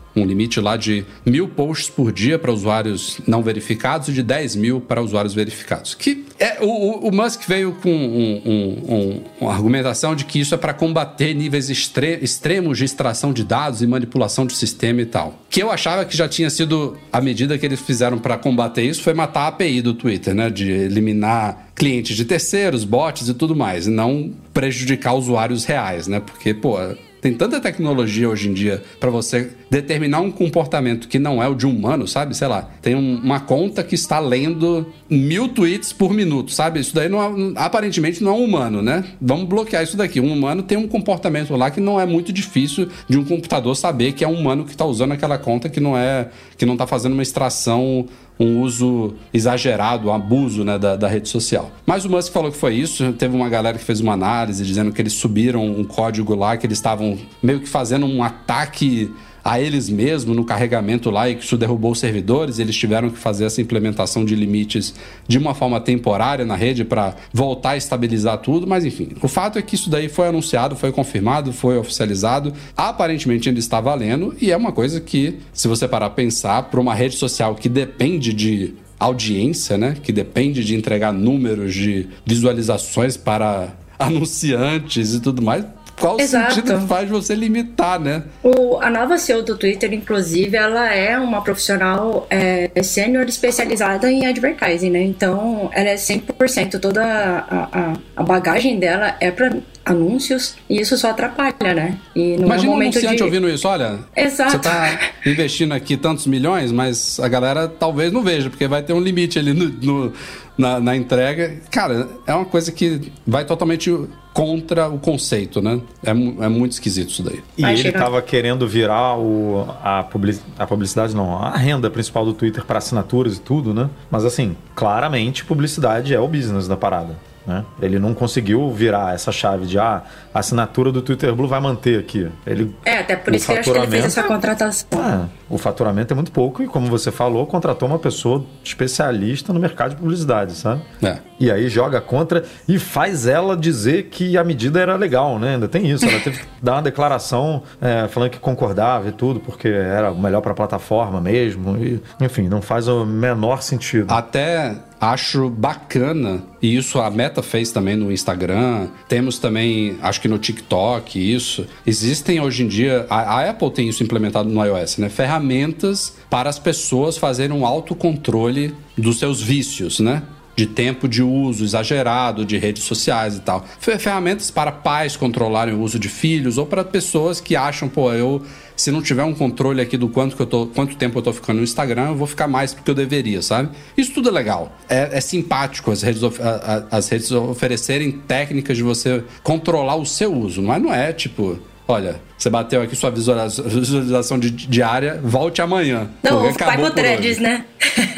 um limite lá de mil posts por dia para usuários não verificados e de dez mil para usuários verificados. Que é, o, o Musk veio com um, um, um, uma argumentação de que isso é para combater níveis extre- extremos de extração de dados e manipulação de sistema e tal. Que eu achava que já tinha sido a medida que eles fizeram para combater isso foi matar a A P I do Twitter, né? De eliminar clientes de terceiros, bots e tudo mais, e não prejudicar usuários reais, né? Porque, pô, tem tanta tecnologia hoje em dia para você determinar um comportamento que não é o de um humano, sabe? Sei lá, tem um, uma conta que está lendo mil tweets por minuto, sabe? Isso daí não é, aparentemente não é um humano, né? Vamos bloquear isso daqui. Um humano tem um comportamento lá que não é muito difícil de um computador saber que é um humano que está usando aquela conta que não é, que não está fazendo uma extração, um uso exagerado, um abuso, né, da, da rede social. Mas o Musk falou que foi isso. Teve uma galera que fez uma análise dizendo que eles subiram um código lá, que eles estavam meio que fazendo um ataque a eles mesmos no carregamento lá e que isso derrubou os servidores. Eles tiveram que fazer essa implementação de limites de uma forma temporária na rede para voltar a estabilizar tudo, mas enfim, o fato é que isso daí foi anunciado, foi confirmado, foi oficializado, aparentemente ainda está valendo e é uma coisa que, se você parar a pensar, para uma rede social que depende de audiência, né, que depende de entregar números de visualizações para anunciantes e tudo mais, qual o Exato. sentido que faz você limitar, né? O, a nova C E O do Twitter, inclusive, ela é uma profissional é, sênior especializada em advertising, né? Então, ela é cem por cento, toda a, a, a bagagem dela é para anúncios e isso só atrapalha, né? E não Imagina é um um momento anunciante de... ouvindo isso, olha, Exato. você tá investindo aqui tantos milhões, mas a galera talvez não veja, porque vai ter um limite ali no, no, na, na entrega. Cara, é uma coisa que vai totalmente contra o conceito, né? É, é muito esquisito isso daí. E Vai ele chegar. estava querendo virar o, a, public, a publicidade, não, a renda principal do Twitter para assinaturas e tudo, né? Mas assim, claramente publicidade é o business da parada. Né? Ele não conseguiu virar essa chave de ah, a assinatura do Twitter Blue vai manter aqui. Ele, É, até por isso que eu acho que ele fez essa contratação. Ah, o faturamento é muito pouco e, como você falou, contratou uma pessoa especialista no mercado de publicidade, sabe? É. E aí joga contra e faz ela dizer que a medida era legal, né? Ainda tem isso. Ela teve que dar uma declaração é, falando que concordava e tudo, porque era o melhor para a plataforma mesmo. E, enfim, não faz o menor sentido. Até acho bacana, e isso a Meta fez também no Instagram, temos também, acho que no TikTok, isso. Existem hoje em dia, a, a Apple tem isso implementado no iOS, né? Ferramentas para as pessoas fazerem um autocontrole dos seus vícios, né? De tempo de uso exagerado, de redes sociais e tal. Ferramentas para pais controlarem o uso de filhos ou para pessoas que acham, pô, eu, se não tiver um controle aqui do quanto, que eu tô, quanto tempo eu tô ficando no Instagram, eu vou ficar mais do que eu deveria, sabe? Isso tudo é legal. É, é simpático as redes, a, a, as redes oferecerem técnicas de você controlar o seu uso, mas não é tipo... Olha, você bateu aqui sua visualização, visualização de, diária, volte amanhã. Não, Porque vai pro Threads, hoje. né?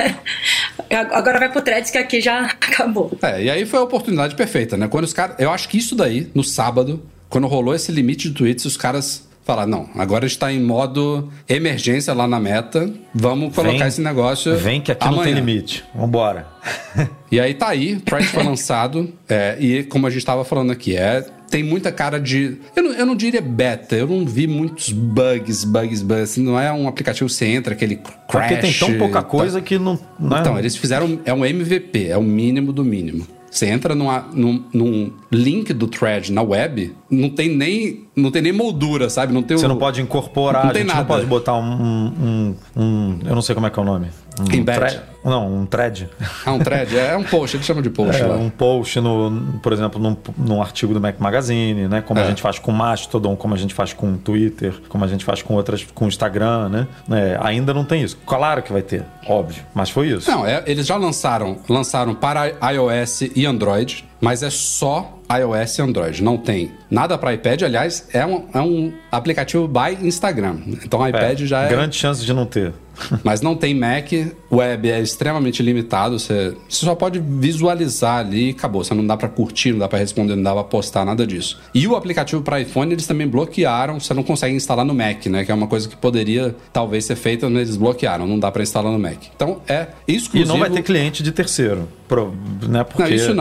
Agora vai pro Threads que aqui já acabou. É, e aí foi a oportunidade perfeita, né? Quando os caras... Eu acho que isso daí, no sábado, quando rolou esse limite de tweets, os caras falaram, não, agora a gente tá em modo emergência lá na Meta, vamos colocar vem, esse negócio Vem que aqui amanhã. não tem limite. Vambora. E aí tá aí, Threads foi lançado, é, e como a gente tava falando aqui, é... Tem muita cara de... Eu não, eu não diria beta, eu não vi muitos bugs, bugs, bugs. Assim, não é um aplicativo que você entra, aquele crash... Porque tem tão pouca coisa tá. que não... não é... Então, eles fizeram... É um M V P, é o mínimo do mínimo. Você entra numa, num, num link do thread na web, não tem nem, não tem nem moldura, sabe? Não tem Você o, não pode incorporar, não a tem gente nada. não pode botar um, um, um... Eu não sei como é que é o nome. Um Embed. thread, não, um thread. Ah, um thread? É um post, eles chamam de post É, lá. um post, no, por exemplo, num, num artigo do Mac Magazine, né? Como É. a gente faz com Mastodon, como a gente faz com Twitter, como a gente faz com outras, com Instagram, né? É, ainda não tem isso. Claro que vai ter, óbvio, mas foi isso. Não, é, eles já lançaram, lançaram para iOS e Android, mas é só iOS e Android. Não tem nada para iPad. Aliás, é um, é um aplicativo by Instagram. Então o iPad É, já é... grande chance de não ter. Mas não tem Mac, web é extremamente limitado, você, você só pode visualizar ali e acabou. Você não dá pra curtir, não dá pra responder, não dá pra postar, nada disso. E o aplicativo para iPhone eles também bloquearam, você não consegue instalar no Mac, né? Que é uma coisa que poderia talvez ser feita, mas eles bloquearam, não dá pra instalar no Mac. Então é exclusivo... E não vai ter cliente de terceiro, pro, né? Porque... Não, isso não.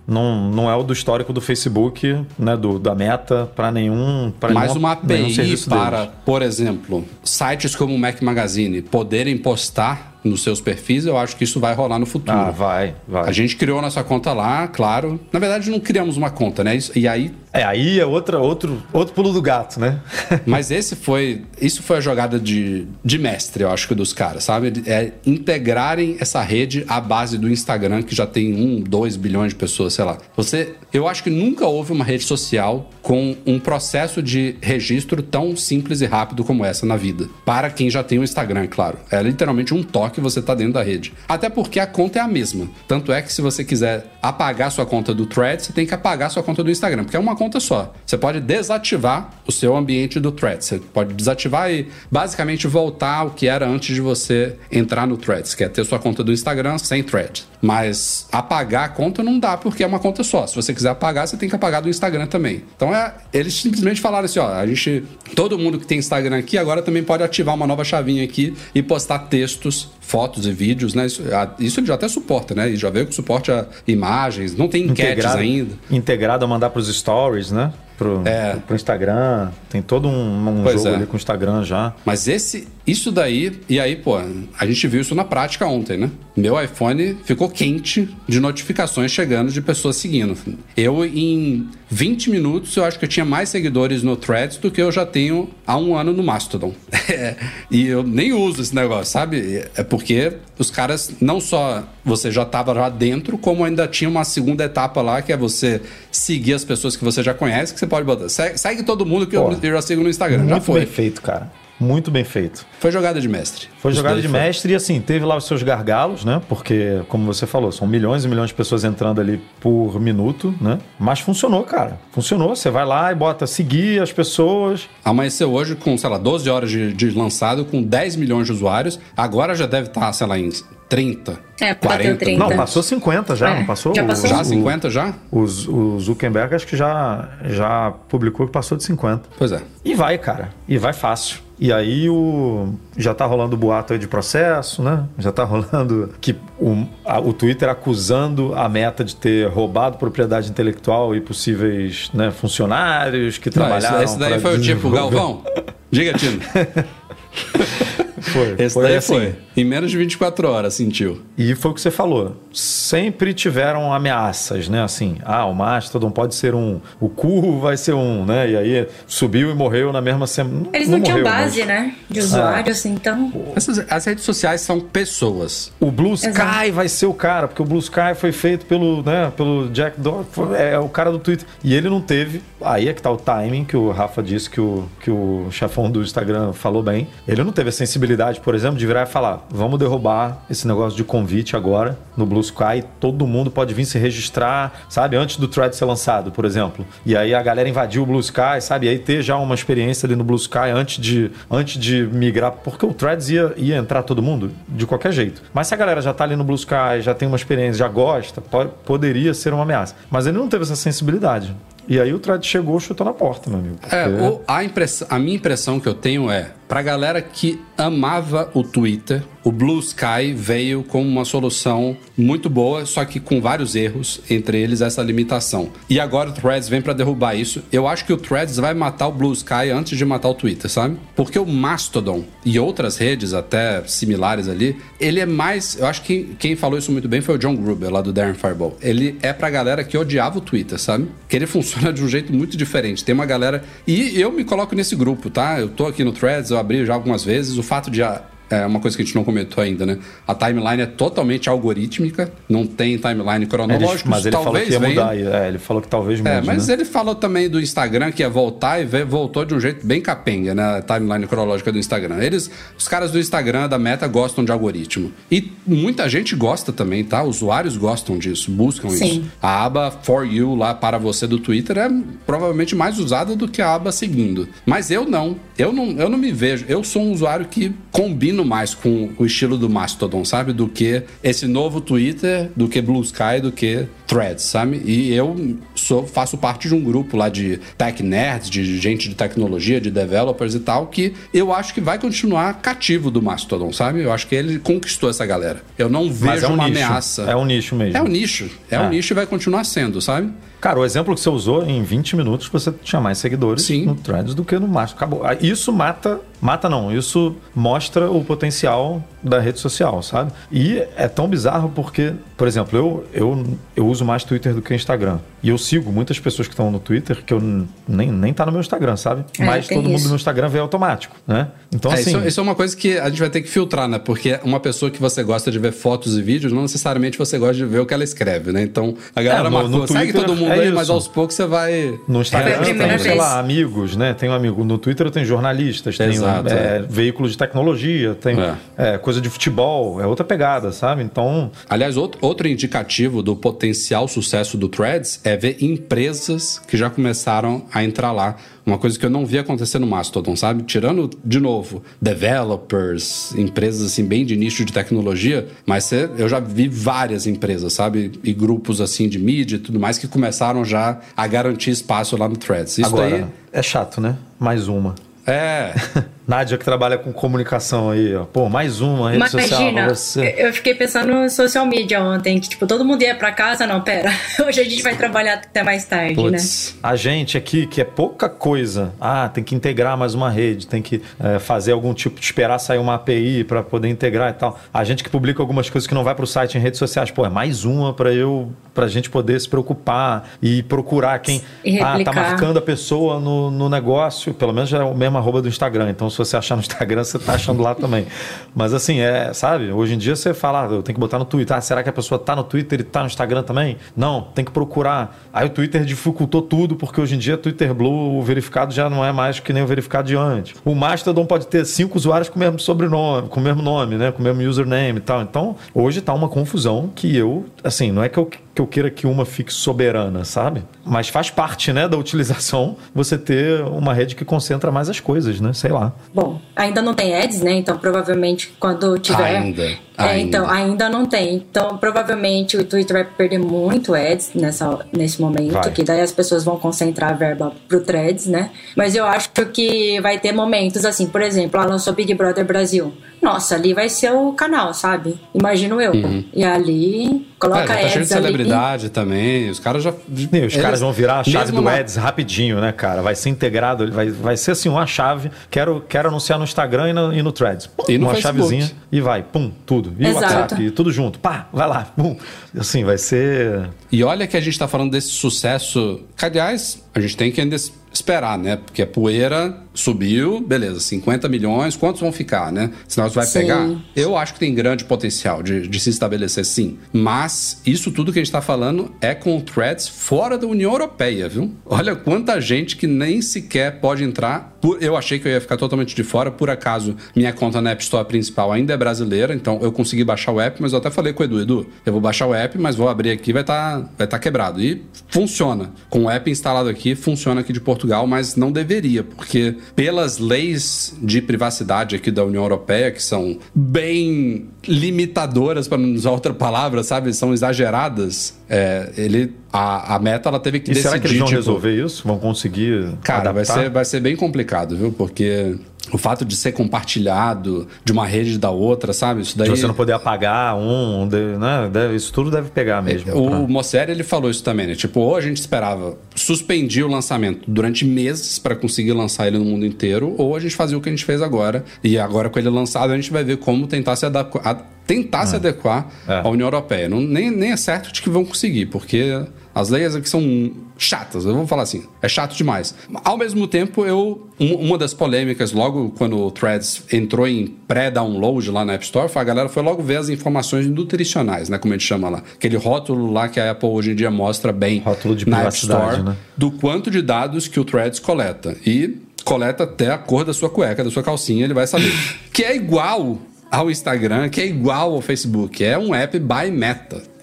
não, não é o do histórico do Facebook, né, do, da Meta, para nenhum pra Mas nenhuma, uma A P I para, deles. por exemplo, sites como o Mac Magazine poderem postar nos seus perfis, eu acho que isso vai rolar no futuro. Ah, vai, vai. A gente criou nossa conta lá, claro. Na verdade, não criamos uma conta, né? Isso, e aí... É, aí é outra, outro, outro pulo do gato, né? Mas esse foi... Isso foi a jogada de, de mestre, eu acho que dos caras, sabe? É integrarem essa rede à base do Instagram, que já tem um, dois bilhões de pessoas, sei lá. Você... Eu acho que nunca houve uma rede social com um processo de registro tão simples e rápido como essa na vida. Para quem já tem o Instagram, claro. É literalmente um toque, você tá dentro da rede. Até porque a conta é a mesma. Tanto é que se você quiser apagar sua conta do Threads, você tem que apagar sua conta do Instagram, porque é uma conta só. Você pode desativar o seu ambiente do Threads. Você pode desativar e basicamente voltar ao que era antes de você entrar no Threads, que é ter sua conta do Instagram sem Thread. Mas apagar a conta não dá, porque é uma conta só. Se você quiser apagar, você tem que apagar do Instagram também. Então é, eles simplesmente falaram assim, ó, a gente, todo mundo que tem Instagram aqui agora também pode ativar uma nova chavinha aqui e postar textos, fotos e vídeos, né? Isso, isso ele já até suporta, né? E já veio com suporte a imagens, não tem enquetes integrado, ainda. Integrado a mandar para os stories, né? Pro, é. pro Instagram. Tem todo um, um jogo é. ali com o Instagram já. Mas esse, isso daí... E aí, pô, a gente viu isso na prática ontem, né? Meu iPhone ficou quente de notificações chegando de pessoas seguindo. Eu, em vinte minutos, eu acho que eu tinha mais seguidores no Threads do que eu já tenho há um ano no Mastodon. E eu nem uso esse negócio, sabe? É porque os caras, não só você já estava lá dentro, como ainda tinha uma segunda etapa lá, que é você seguir as pessoas que você já conhece, que você pode botar. Segue, segue todo mundo que eu, eu já sigo no Instagram. Muito já foi. bem feito, cara. Muito bem feito. Foi jogada de mestre. Foi Isso jogada de foi. mestre e assim, teve lá os seus gargalos, né? Porque, como você falou, são milhões e milhões de pessoas entrando ali por minuto, né? Mas funcionou, cara. Funcionou. Você vai lá e bota seguir as pessoas. Amanheceu hoje com, sei lá, doze horas de, de lançado, com dez milhões de usuários. Agora já deve estar, sei lá, em trinta, É, quarenta. trinta. Não, passou cinquenta já, É, não passou? já passou. Já O, cinquenta já? o, o Zuckerberg acho que já, já publicou que passou de cinquenta. Pois é. E vai, cara. E vai fácil. E aí o, já tá rolando o boato aí de processo, né? Já tá rolando que o, a, o Twitter acusando a Meta de ter roubado propriedade intelectual e possíveis, né, funcionários que trabalharam... Não, esse, esse daí foi o tipo, Galvão, diga, Tino. Foi, Esse foi daí assim. foi. Em menos de vinte e quatro horas, sentiu. E foi o que você falou. Sempre tiveram ameaças, né? Assim, ah, o Mastodon pode ser um, o Curro vai ser um, né? E aí subiu e morreu na mesma semana. Eles não, não tinham morreu, base, mas... né? De usuários, é. então... Essas, as redes sociais são pessoas. O Blue Sky Exato. vai ser o cara, porque o Blue Sky foi feito pelo, né, pelo Jack Dorsey, é o cara do Twitter. E ele não teve, aí é que tá o timing, que o Rafa disse que o, que o chefão do Instagram falou bem. Ele não teve a sensibilidade, por exemplo, de virar e falar, vamos derrubar esse negócio de convite agora no Blue Sky, todo mundo pode vir se registrar, sabe, antes do thread ser lançado, por exemplo. E aí a galera invadiu o Blue Sky, sabe, e aí ter já uma experiência ali no Blue Sky antes de, antes de migrar, porque o Threads ia, ia entrar todo mundo de qualquer jeito. Mas se a galera já tá ali no Blue Sky, já tem uma experiência, já gosta, pode, poderia ser uma ameaça. Mas ele não teve essa sensibilidade. E aí o Thread chegou, chutou na porta, meu amigo. Porque... É, o, a, impress, a minha impressão que eu tenho é, pra galera que amava o Twitter, o Blue Sky veio como uma solução muito boa, só que com vários erros, entre eles essa limitação. E agora o Threads vem pra derrubar isso. Eu acho que o Threads vai matar o Blue Sky antes de matar o Twitter, sabe? Porque o Mastodon e outras redes até similares ali, ele é mais... Eu acho que quem falou isso muito bem foi o John Gruber, lá do Darren Fireball. Ele é pra galera que odiava o Twitter, sabe? Que ele funciona de um jeito muito diferente. Tem uma galera... E eu me coloco nesse grupo, tá? Eu tô aqui no Threads, eu abri já algumas vezes. O fato de... É uma coisa que a gente não comentou ainda, né? A timeline é totalmente algorítmica, não tem timeline cronológica. Mas ele falou que ia venha. mudar. É, ele falou que talvez mude, É, mas né? ele falou também do Instagram que ia voltar e voltou de um jeito bem capenga, né? A timeline cronológica do Instagram. Eles, os caras do Instagram, da Meta, gostam de algoritmo. E muita gente gosta também, tá? Usuários gostam disso, buscam Sim. isso. A aba For You lá para você do Twitter é provavelmente mais usada do que a aba Seguindo. Mas eu não. Eu não, eu não me vejo. Eu sou um usuário que combina combino mais com o estilo do Mastodon, sabe? Do que esse novo Twitter, do que Blue Sky, do que Threads, sabe? E eu sou, faço parte de um grupo lá de tech nerds, de gente de tecnologia, de developers e tal, que eu acho que vai continuar cativo do Mastodon, sabe? Eu acho que ele conquistou essa galera. Eu não vejo Mas é um uma nicho. ameaça. É um nicho mesmo. É um nicho. É, é um nicho e vai continuar sendo, sabe? Cara, o exemplo que você usou, em vinte minutos você tinha mais seguidores Sim. no Threads do que no Mastodon. Acabou. Isso mata... Mata não, isso mostra o potencial da rede social, sabe? E é tão bizarro porque, por exemplo, eu, eu, eu uso mais Twitter do que Instagram. E eu sigo muitas pessoas que estão no Twitter que eu nem, nem tá no meu Instagram, sabe? É, Mas todo isso. mundo no meu Instagram vê automático, né? Então, É, assim... isso, isso é uma coisa que a gente vai ter que filtrar, né? Porque uma pessoa que você gosta de ver fotos e vídeos, não necessariamente você gosta de ver o que ela escreve, né? Então, a galera É, no- marcou, no segue Twitter todo mundo é aí, isso. mas aos poucos você vai... No Instagram Foi a eu primeira tenho, sei vez. lá, amigos, né? Tenho amigo. No Twitter eu tenho jornalistas, tenho Exato, é, veículos de tecnologia, tenho É. é, coisa de futebol, é outra pegada, sabe? Então, Aliás, outro, outro indicativo do potencial sucesso do Threads é ver empresas que já começaram a entrar lá. Uma coisa que eu não vi acontecer no Mastodon, sabe? Tirando, de novo, developers, empresas assim bem de nicho de tecnologia, mas cê, eu já vi várias empresas, sabe? E grupos assim de mídia e tudo mais que começaram já a garantir espaço lá no Threads. Isso agora, daí... é chato, né? Mais uma. É... Nádia que trabalha com comunicação aí, ó. Pô, mais uma rede social Imagina, pra você. eu fiquei pensando no social media ontem, que tipo, todo mundo ia pra casa, não, pera, hoje a gente vai trabalhar até mais tarde, Puts. né? A gente aqui, que é pouca coisa, ah, tem que integrar mais uma rede, tem que é, fazer algum tipo de esperar sair uma A P I para poder integrar e tal. A gente que publica algumas coisas que não vai pro site em redes sociais, pô, é mais uma para eu, pra gente poder se preocupar e procurar quem E ah, tá replicar. marcando a pessoa no, no negócio, pelo menos já é o mesmo arroba do Instagram, então se você achar no Instagram, você tá achando lá também. Mas assim, é, sabe, hoje em dia você fala, ah, eu tenho que botar no Twitter, ah, será que a pessoa tá no Twitter e tá no Instagram também? Não, tem que procurar. Aí o Twitter dificultou tudo, porque hoje em dia Twitter Blue, o verificado já não é mais que nem o verificado de antes. O Mastodon pode ter cinco usuários com o mesmo sobrenome, com o mesmo nome, né, com o mesmo username e tal. Então, hoje tá uma confusão que eu, assim, não é que eu que eu queira que uma fique soberana, sabe? Mas faz parte, né, da utilização você ter uma rede que concentra mais as coisas, né? Sei lá. Bom, ainda não tem ads, né? Então provavelmente quando tiver... Ainda, É, ainda. então, ainda não tem. Então provavelmente o Twitter vai perder muito ads nessa, nesse momento, Vai. que daí as pessoas vão concentrar a verba pro Threads, né? Mas eu acho que vai ter momentos assim, por exemplo, ela lançou Big Brother Brasil. Nossa, ali vai ser o canal, sabe? Imagino eu. Uhum. E ali, coloca É, já tá cheio de ads ali. celebridade também. Os caras já. E os eles- caras vão virar a chave mesmo do na- Ads rapidinho, né, cara? Vai ser integrado, vai, vai ser assim, uma chave. Quero, quero anunciar no Instagram e no, e no Threads. Pum, E no uma Facebook. chavezinha e vai, pum, tudo. E o Exato. WhatsApp, e tudo junto. Pá, vai lá, pum. Assim, vai ser... E olha que a gente tá falando desse sucesso. Que, aliás, a gente tem que ainda es- esperar, né? Porque a poeira subiu, beleza, cinquenta milhões, quantos vão ficar, né? Senão você vai Sim. pegar. Eu acho que tem grande potencial de, de se estabelecer, sim. Mas isso tudo que a gente tá falando é com Threads fora da União Europeia, viu? Olha quanta gente que nem sequer pode entrar. Por- eu achei que eu ia ficar totalmente de fora. Por acaso, minha conta na App Store principal ainda é brasileira, então eu consegui baixar o app, mas eu até falei com o Edu, Edu, eu vou baixar o app, mas vou abrir aqui, vai estar vai tá quebrado. E funciona. Com o app instalado aqui, funciona aqui de Portugal, mas não deveria, porque pelas leis de privacidade aqui da União Europeia, que são bem limitadoras, para não usar outra palavra, sabe? São exageradas. É, ele, a, a Meta, ela teve que E decidir, será que eles vão tipo, resolver isso? Vão conseguir Cara, vai adaptar? ser, vai ser bem complicado, viu? Porque o fato de ser compartilhado de uma rede da outra, sabe? Isso daí... De você não poder apagar um, de- né? Deve- isso tudo deve pegar mesmo. O pra- Mosseri, ele falou isso também, né? Tipo, ou a gente esperava suspendir o lançamento durante meses para conseguir lançar ele no mundo inteiro, ou a gente fazia o que a gente fez agora. E agora, com ele lançado, a gente vai ver como tentar se adequar, tentar se adequar É. à União Europeia. Não, nem, nem é certo de que vão conseguir, porque as leis aqui são chatas, eu vou falar assim, é chato demais. Ao mesmo tempo, eu um- uma das polêmicas, logo quando o Threads entrou em pré-download lá na App Store, foi a galera foi logo ver as informações nutricionais, né, como a gente chama lá. Aquele rótulo lá que a Apple hoje em dia mostra bem Rótulo de na App privacidade, Store, né? do quanto de dados que o Threads coleta. E coleta até a cor da sua cueca, da sua calcinha, ele vai saber. Que é igual ao Instagram, que é igual ao Facebook. É um app by Meta.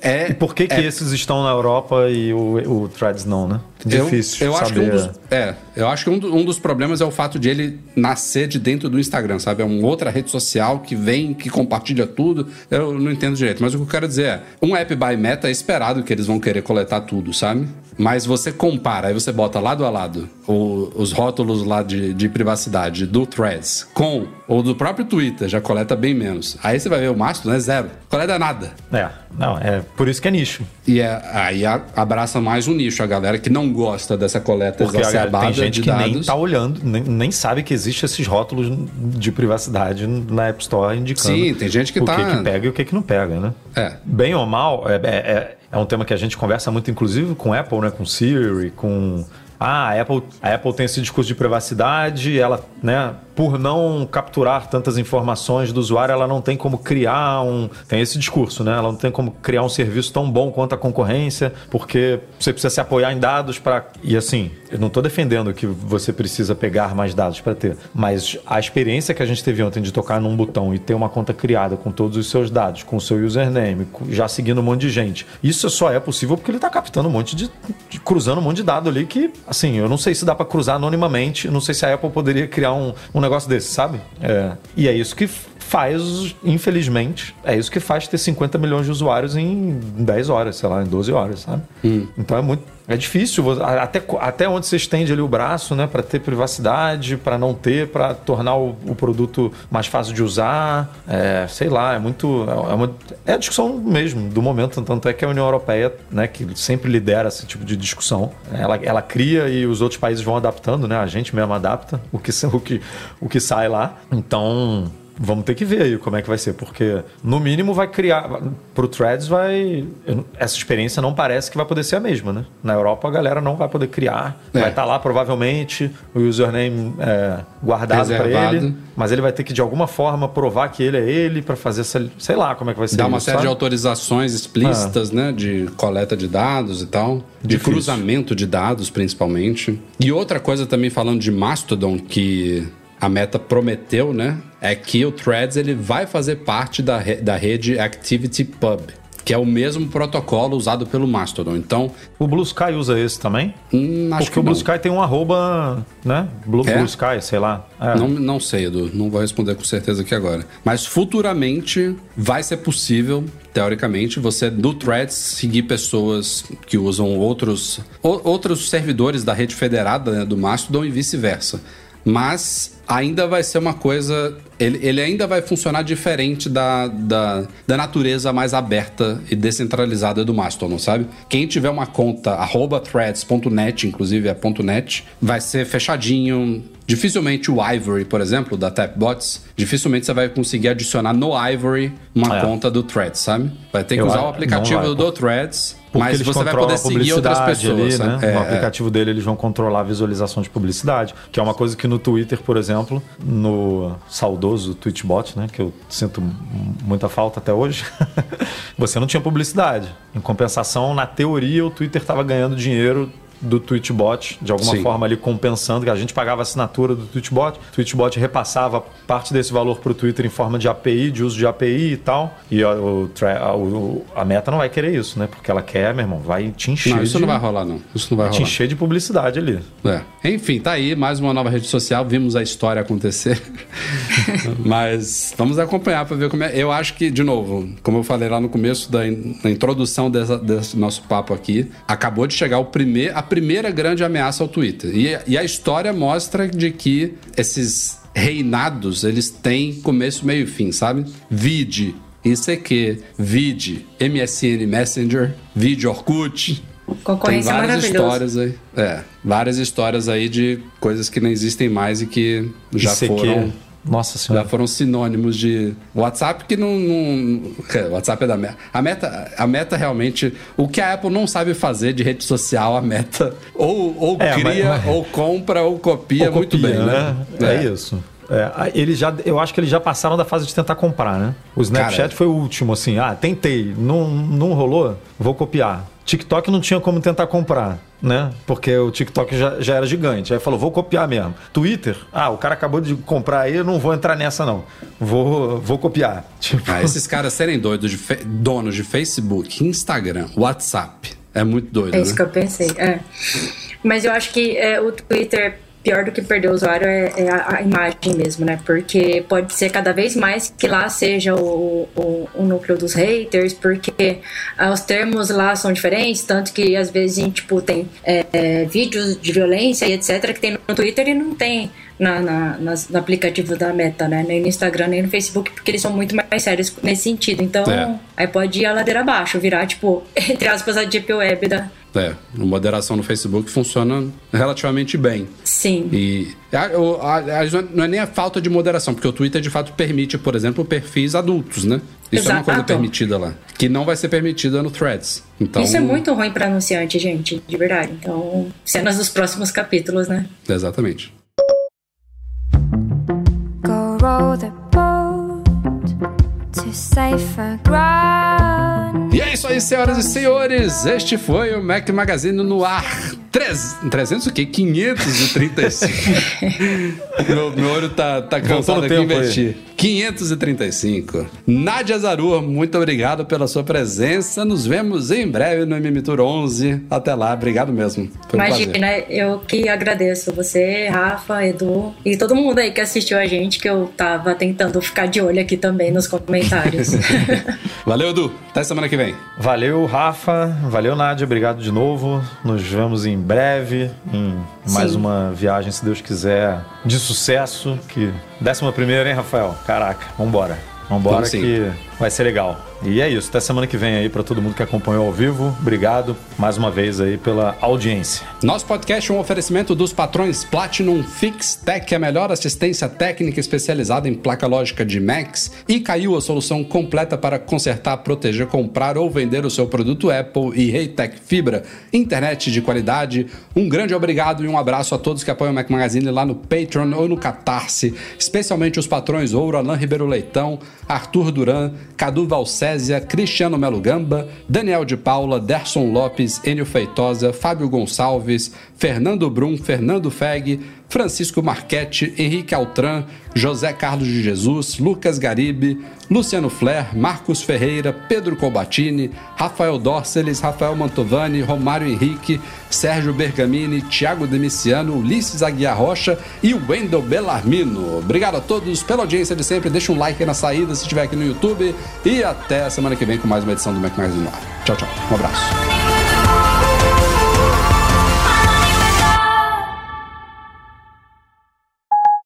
É, E por que, que é, esses estão na Europa e o, o Threads não, né? Difícil eu, eu saber. acho que um dos, é, eu acho que um, do, um dos problemas é o fato de ele nascer de dentro do Instagram, sabe? É uma outra rede social que vem, que compartilha tudo. Eu não entendo direito, mas o que eu quero dizer é, um app by Meta é esperado que eles vão querer coletar tudo, sabe? Mas você compara, aí você bota lado a lado o, os rótulos lá de, de privacidade do Threads com o do próprio Twitter, já coleta bem menos. Aí você vai ver o Mastodon é zero, coleta nada. É, não, é por isso que é nicho. E é, aí a, abraça mais um nicho, a galera que não gosta dessa coleta Porque exacerbada tem gente de que dados. nem tá olhando, nem, nem sabe que existe esses rótulos de privacidade na App Store indicando Sim, tem gente que o tá... que, que pega e o que, que não pega, né? É. Bem ou mal, é, é, é um tema que a gente conversa muito, inclusive com Apple, né? Com Siri, com... Ah, a Apple, a Apple tem esse discurso de privacidade, ela, né, por não capturar tantas informações do usuário, ela não tem como criar um... Tem esse discurso, né? Ela não tem como criar um serviço tão bom quanto a concorrência, porque você precisa se apoiar em dados para... E assim, eu não estou defendendo que você precisa pegar mais dados para ter, mas a experiência que a gente teve ontem de tocar num botão e ter uma conta criada com todos os seus dados, com o seu username, já seguindo um monte de gente, isso só é possível porque ele está captando um monte de... de cruzando um monte de dado ali que... Assim, eu não sei se dá para cruzar anonimamente, não sei se a Apple poderia criar um, um negócio desse, sabe? É, e é isso que faz, infelizmente, é isso que faz ter cinquenta milhões de usuários em dez horas, sei lá, em doze horas, sabe? Hum. Então é muito... É difícil, até, até onde você estende ali o braço, né, para ter privacidade, para não ter, para tornar o, o produto mais fácil de usar, é, sei lá, é muito, é, uma, é a discussão mesmo do momento, tanto é que a União Europeia, né, que sempre lidera esse tipo de discussão, ela, ela cria e os outros países vão adaptando, né, a gente mesmo adapta o que, o que, o que sai lá, então... Vamos ter que ver aí como é que vai ser, porque no mínimo vai criar, pro Threads vai, essa experiência não parece que vai poder ser a mesma, né? Na Europa a galera não vai poder criar, é. vai estar lá provavelmente o username é, guardado para ele, mas ele vai ter que de alguma forma provar que ele é ele para fazer essa, sei lá como é que vai ser. Dá uma isso, série sabe? de autorizações explícitas, ah. né, de coleta de dados e tal, de Difícil. cruzamento de dados principalmente. E outra coisa também falando de Mastodon que a Meta prometeu, né, é que o Threads ele vai fazer parte da, re- da rede ActivityPub, que é o mesmo protocolo usado pelo Mastodon. Então, o Blue Sky usa esse também? Hum, acho Porque que o Blue não. Sky tem um arroba, né? Blue, É? Blue Sky, sei lá. É. Não, não sei, Edu. Não vou responder com certeza aqui agora. Mas futuramente vai ser possível, teoricamente, você do Threads seguir pessoas que usam outros, o, outros servidores da rede federada, né, do Mastodon e vice-versa. Mas ainda vai ser uma coisa... Ele, ele ainda vai funcionar diferente da, da, da natureza mais aberta e descentralizada do Mastodon, sabe? Quem tiver uma conta arroba threads ponto net, inclusive é .net, vai ser fechadinho. Dificilmente o Ivory, por exemplo, da Tapbots, dificilmente você vai conseguir adicionar no Ivory uma é. conta do Threads, sabe? Vai ter que Eu usar acho, o aplicativo vai, do Threads, porque mas você vai poder seguir outras pessoas. Ali, né? É, no aplicativo é. dele eles vão controlar a visualização de publicidade, que é uma coisa que no Twitter, por exemplo, no saudoso Tweetbot, né, que eu sinto muita falta até hoje, você não tinha publicidade. Em compensação, na teoria, o Twitter estava ganhando dinheiro do Tweetbot, de alguma Sim. forma ali compensando, que a gente pagava a assinatura do Tweetbot, o Tweetbot repassava parte desse valor para o Twitter em forma de A P I, de uso de A P I e tal, e a, o, a, a Meta não vai querer isso, né? Porque ela quer, meu irmão, vai te encher Não, isso de, não vai rolar, não. Isso não vai rolar. Te encher de publicidade ali. É. Enfim, tá aí, mais uma nova rede social, vimos a história acontecer, mas vamos acompanhar para ver como é. Eu acho que, de novo, como eu falei lá no começo da, in, da introdução dessa, desse nosso papo aqui, acabou de chegar o primeiro, a primeira grande ameaça ao Twitter. E, e a história mostra de que esses reinados, eles têm começo, meio e fim, sabe? Vide I C Q, vide M S N Messenger, vide Orkut. Concorrência Tem várias maravilhosa. histórias aí. É, várias histórias aí de coisas que não existem mais e que já I C Q. foram... Nossa senhora. Já foram sinônimos de WhatsApp que não... não WhatsApp é da Meta. A Meta. A Meta realmente... O que a Apple não sabe fazer de rede social, a Meta ou, ou é, cria, mas, mas... ou compra, ou copia, ou muito copia, bem, né? né? É, é isso. É, ele já, eu acho que eles já passaram da fase de tentar comprar, né? O Snapchat Cara, foi o último, assim. Ah, tentei, não, não rolou, vou copiar. TikTok não tinha como tentar comprar, né? Porque o TikTok já, já era gigante. Aí falou, vou copiar mesmo. Twitter, ah, o cara acabou de comprar aí, eu não vou entrar nessa não. Vou, vou copiar. Tipo... Ah, esses caras serem doidos, de fe... donos de Facebook, Instagram, WhatsApp, é muito doido, É isso né? que eu pensei, é. Mas eu acho que é, o Twitter... pior do que perder o usuário é, é a, a imagem mesmo, né? Porque pode ser cada vez mais que lá seja o, o, o núcleo dos haters, porque ah, os termos lá são diferentes, tanto que às vezes a gente tipo, tem é, é, vídeos de violência e etcétera que tem no Twitter e não tem na, na, nas, no aplicativo da Meta, né? Nem no Instagram, nem no Facebook, porque eles são muito mais sérios nesse sentido. Então, É. aí pode ir a ladeira abaixo, virar, tipo, entre aspas, a Deep Web da... É, a moderação no Facebook funciona relativamente bem. Sim. E a, a, a, não é nem a falta de moderação, porque o Twitter de fato permite, por exemplo, perfis adultos, né? Isso Exato. é uma coisa permitida lá, que não vai ser permitida no Threads. Então, Isso é muito ruim para anunciante, gente, de verdade. Então, cenas dos próximos capítulos, né? Exatamente. Go row the boat to safer ground. E é isso aí, senhoras e senhores. Este foi o Mac Magazine no ar. trezentos o quê? quinhentos e trinta e cinco. meu, meu olho tá, tá cansado aqui investir. quinhentos e trinta e cinco. Nádia Zarur, muito obrigado pela sua presença. Nos vemos em breve no M M Tour onze. Até lá, obrigado mesmo. Foi um Imagina, prazer. eu que agradeço você, Rafa, Edu e todo mundo aí que assistiu a gente, que eu tava tentando ficar de olho aqui também nos comentários. Valeu, Edu. Até semana que vem. Valeu, Rafa. Valeu, Nádia. Obrigado de novo. Nos vemos em breve em mais Sim. uma viagem, se Deus quiser, de sucesso. Que décima primeira, hein, Rafael? Caraca, vambora. Vambora Vamos sim. que vai ser legal. E é isso. Até semana que vem aí para todo mundo que acompanhou ao vivo. Obrigado mais uma vez aí pela audiência. Nosso podcast é um oferecimento dos patrões Platinum Fix Tech, a melhor assistência técnica especializada em placa lógica de Macs, e Caiu, a solução completa para consertar, proteger, comprar ou vender o seu produto Apple, e Reitec Fibra, internet de qualidade. Um grande obrigado e um abraço a todos que apoiam o Mac Magazine lá no Patreon ou no Catarse, especialmente os patrões Ouro, Alain Ribeiro Leitão, Arthur Duran, Cadu Valcésia, Cristiano Melo Gamba, Daniel de Paula, Derson Lopes, Enio Feitosa, Fábio Gonçalves, Fernando Brum, Fernando Feg, Francisco Marchetti, Henrique Altran, José Carlos de Jesus, Lucas Garibe, Luciano Flair, Marcos Ferreira, Pedro Colbatini, Rafael Dorceles, Rafael Mantovani, Romário Henrique, Sérgio Bergamini, Thiago Demiciano, Ulisses Aguiar Rocha e Wendel Bellarmino. Obrigado a todos pela audiência de sempre. Deixa um like aí na saída se estiver aqui no YouTube e até a semana que vem com mais uma edição do Mac Magazine no ar. Tchau, tchau. Um abraço.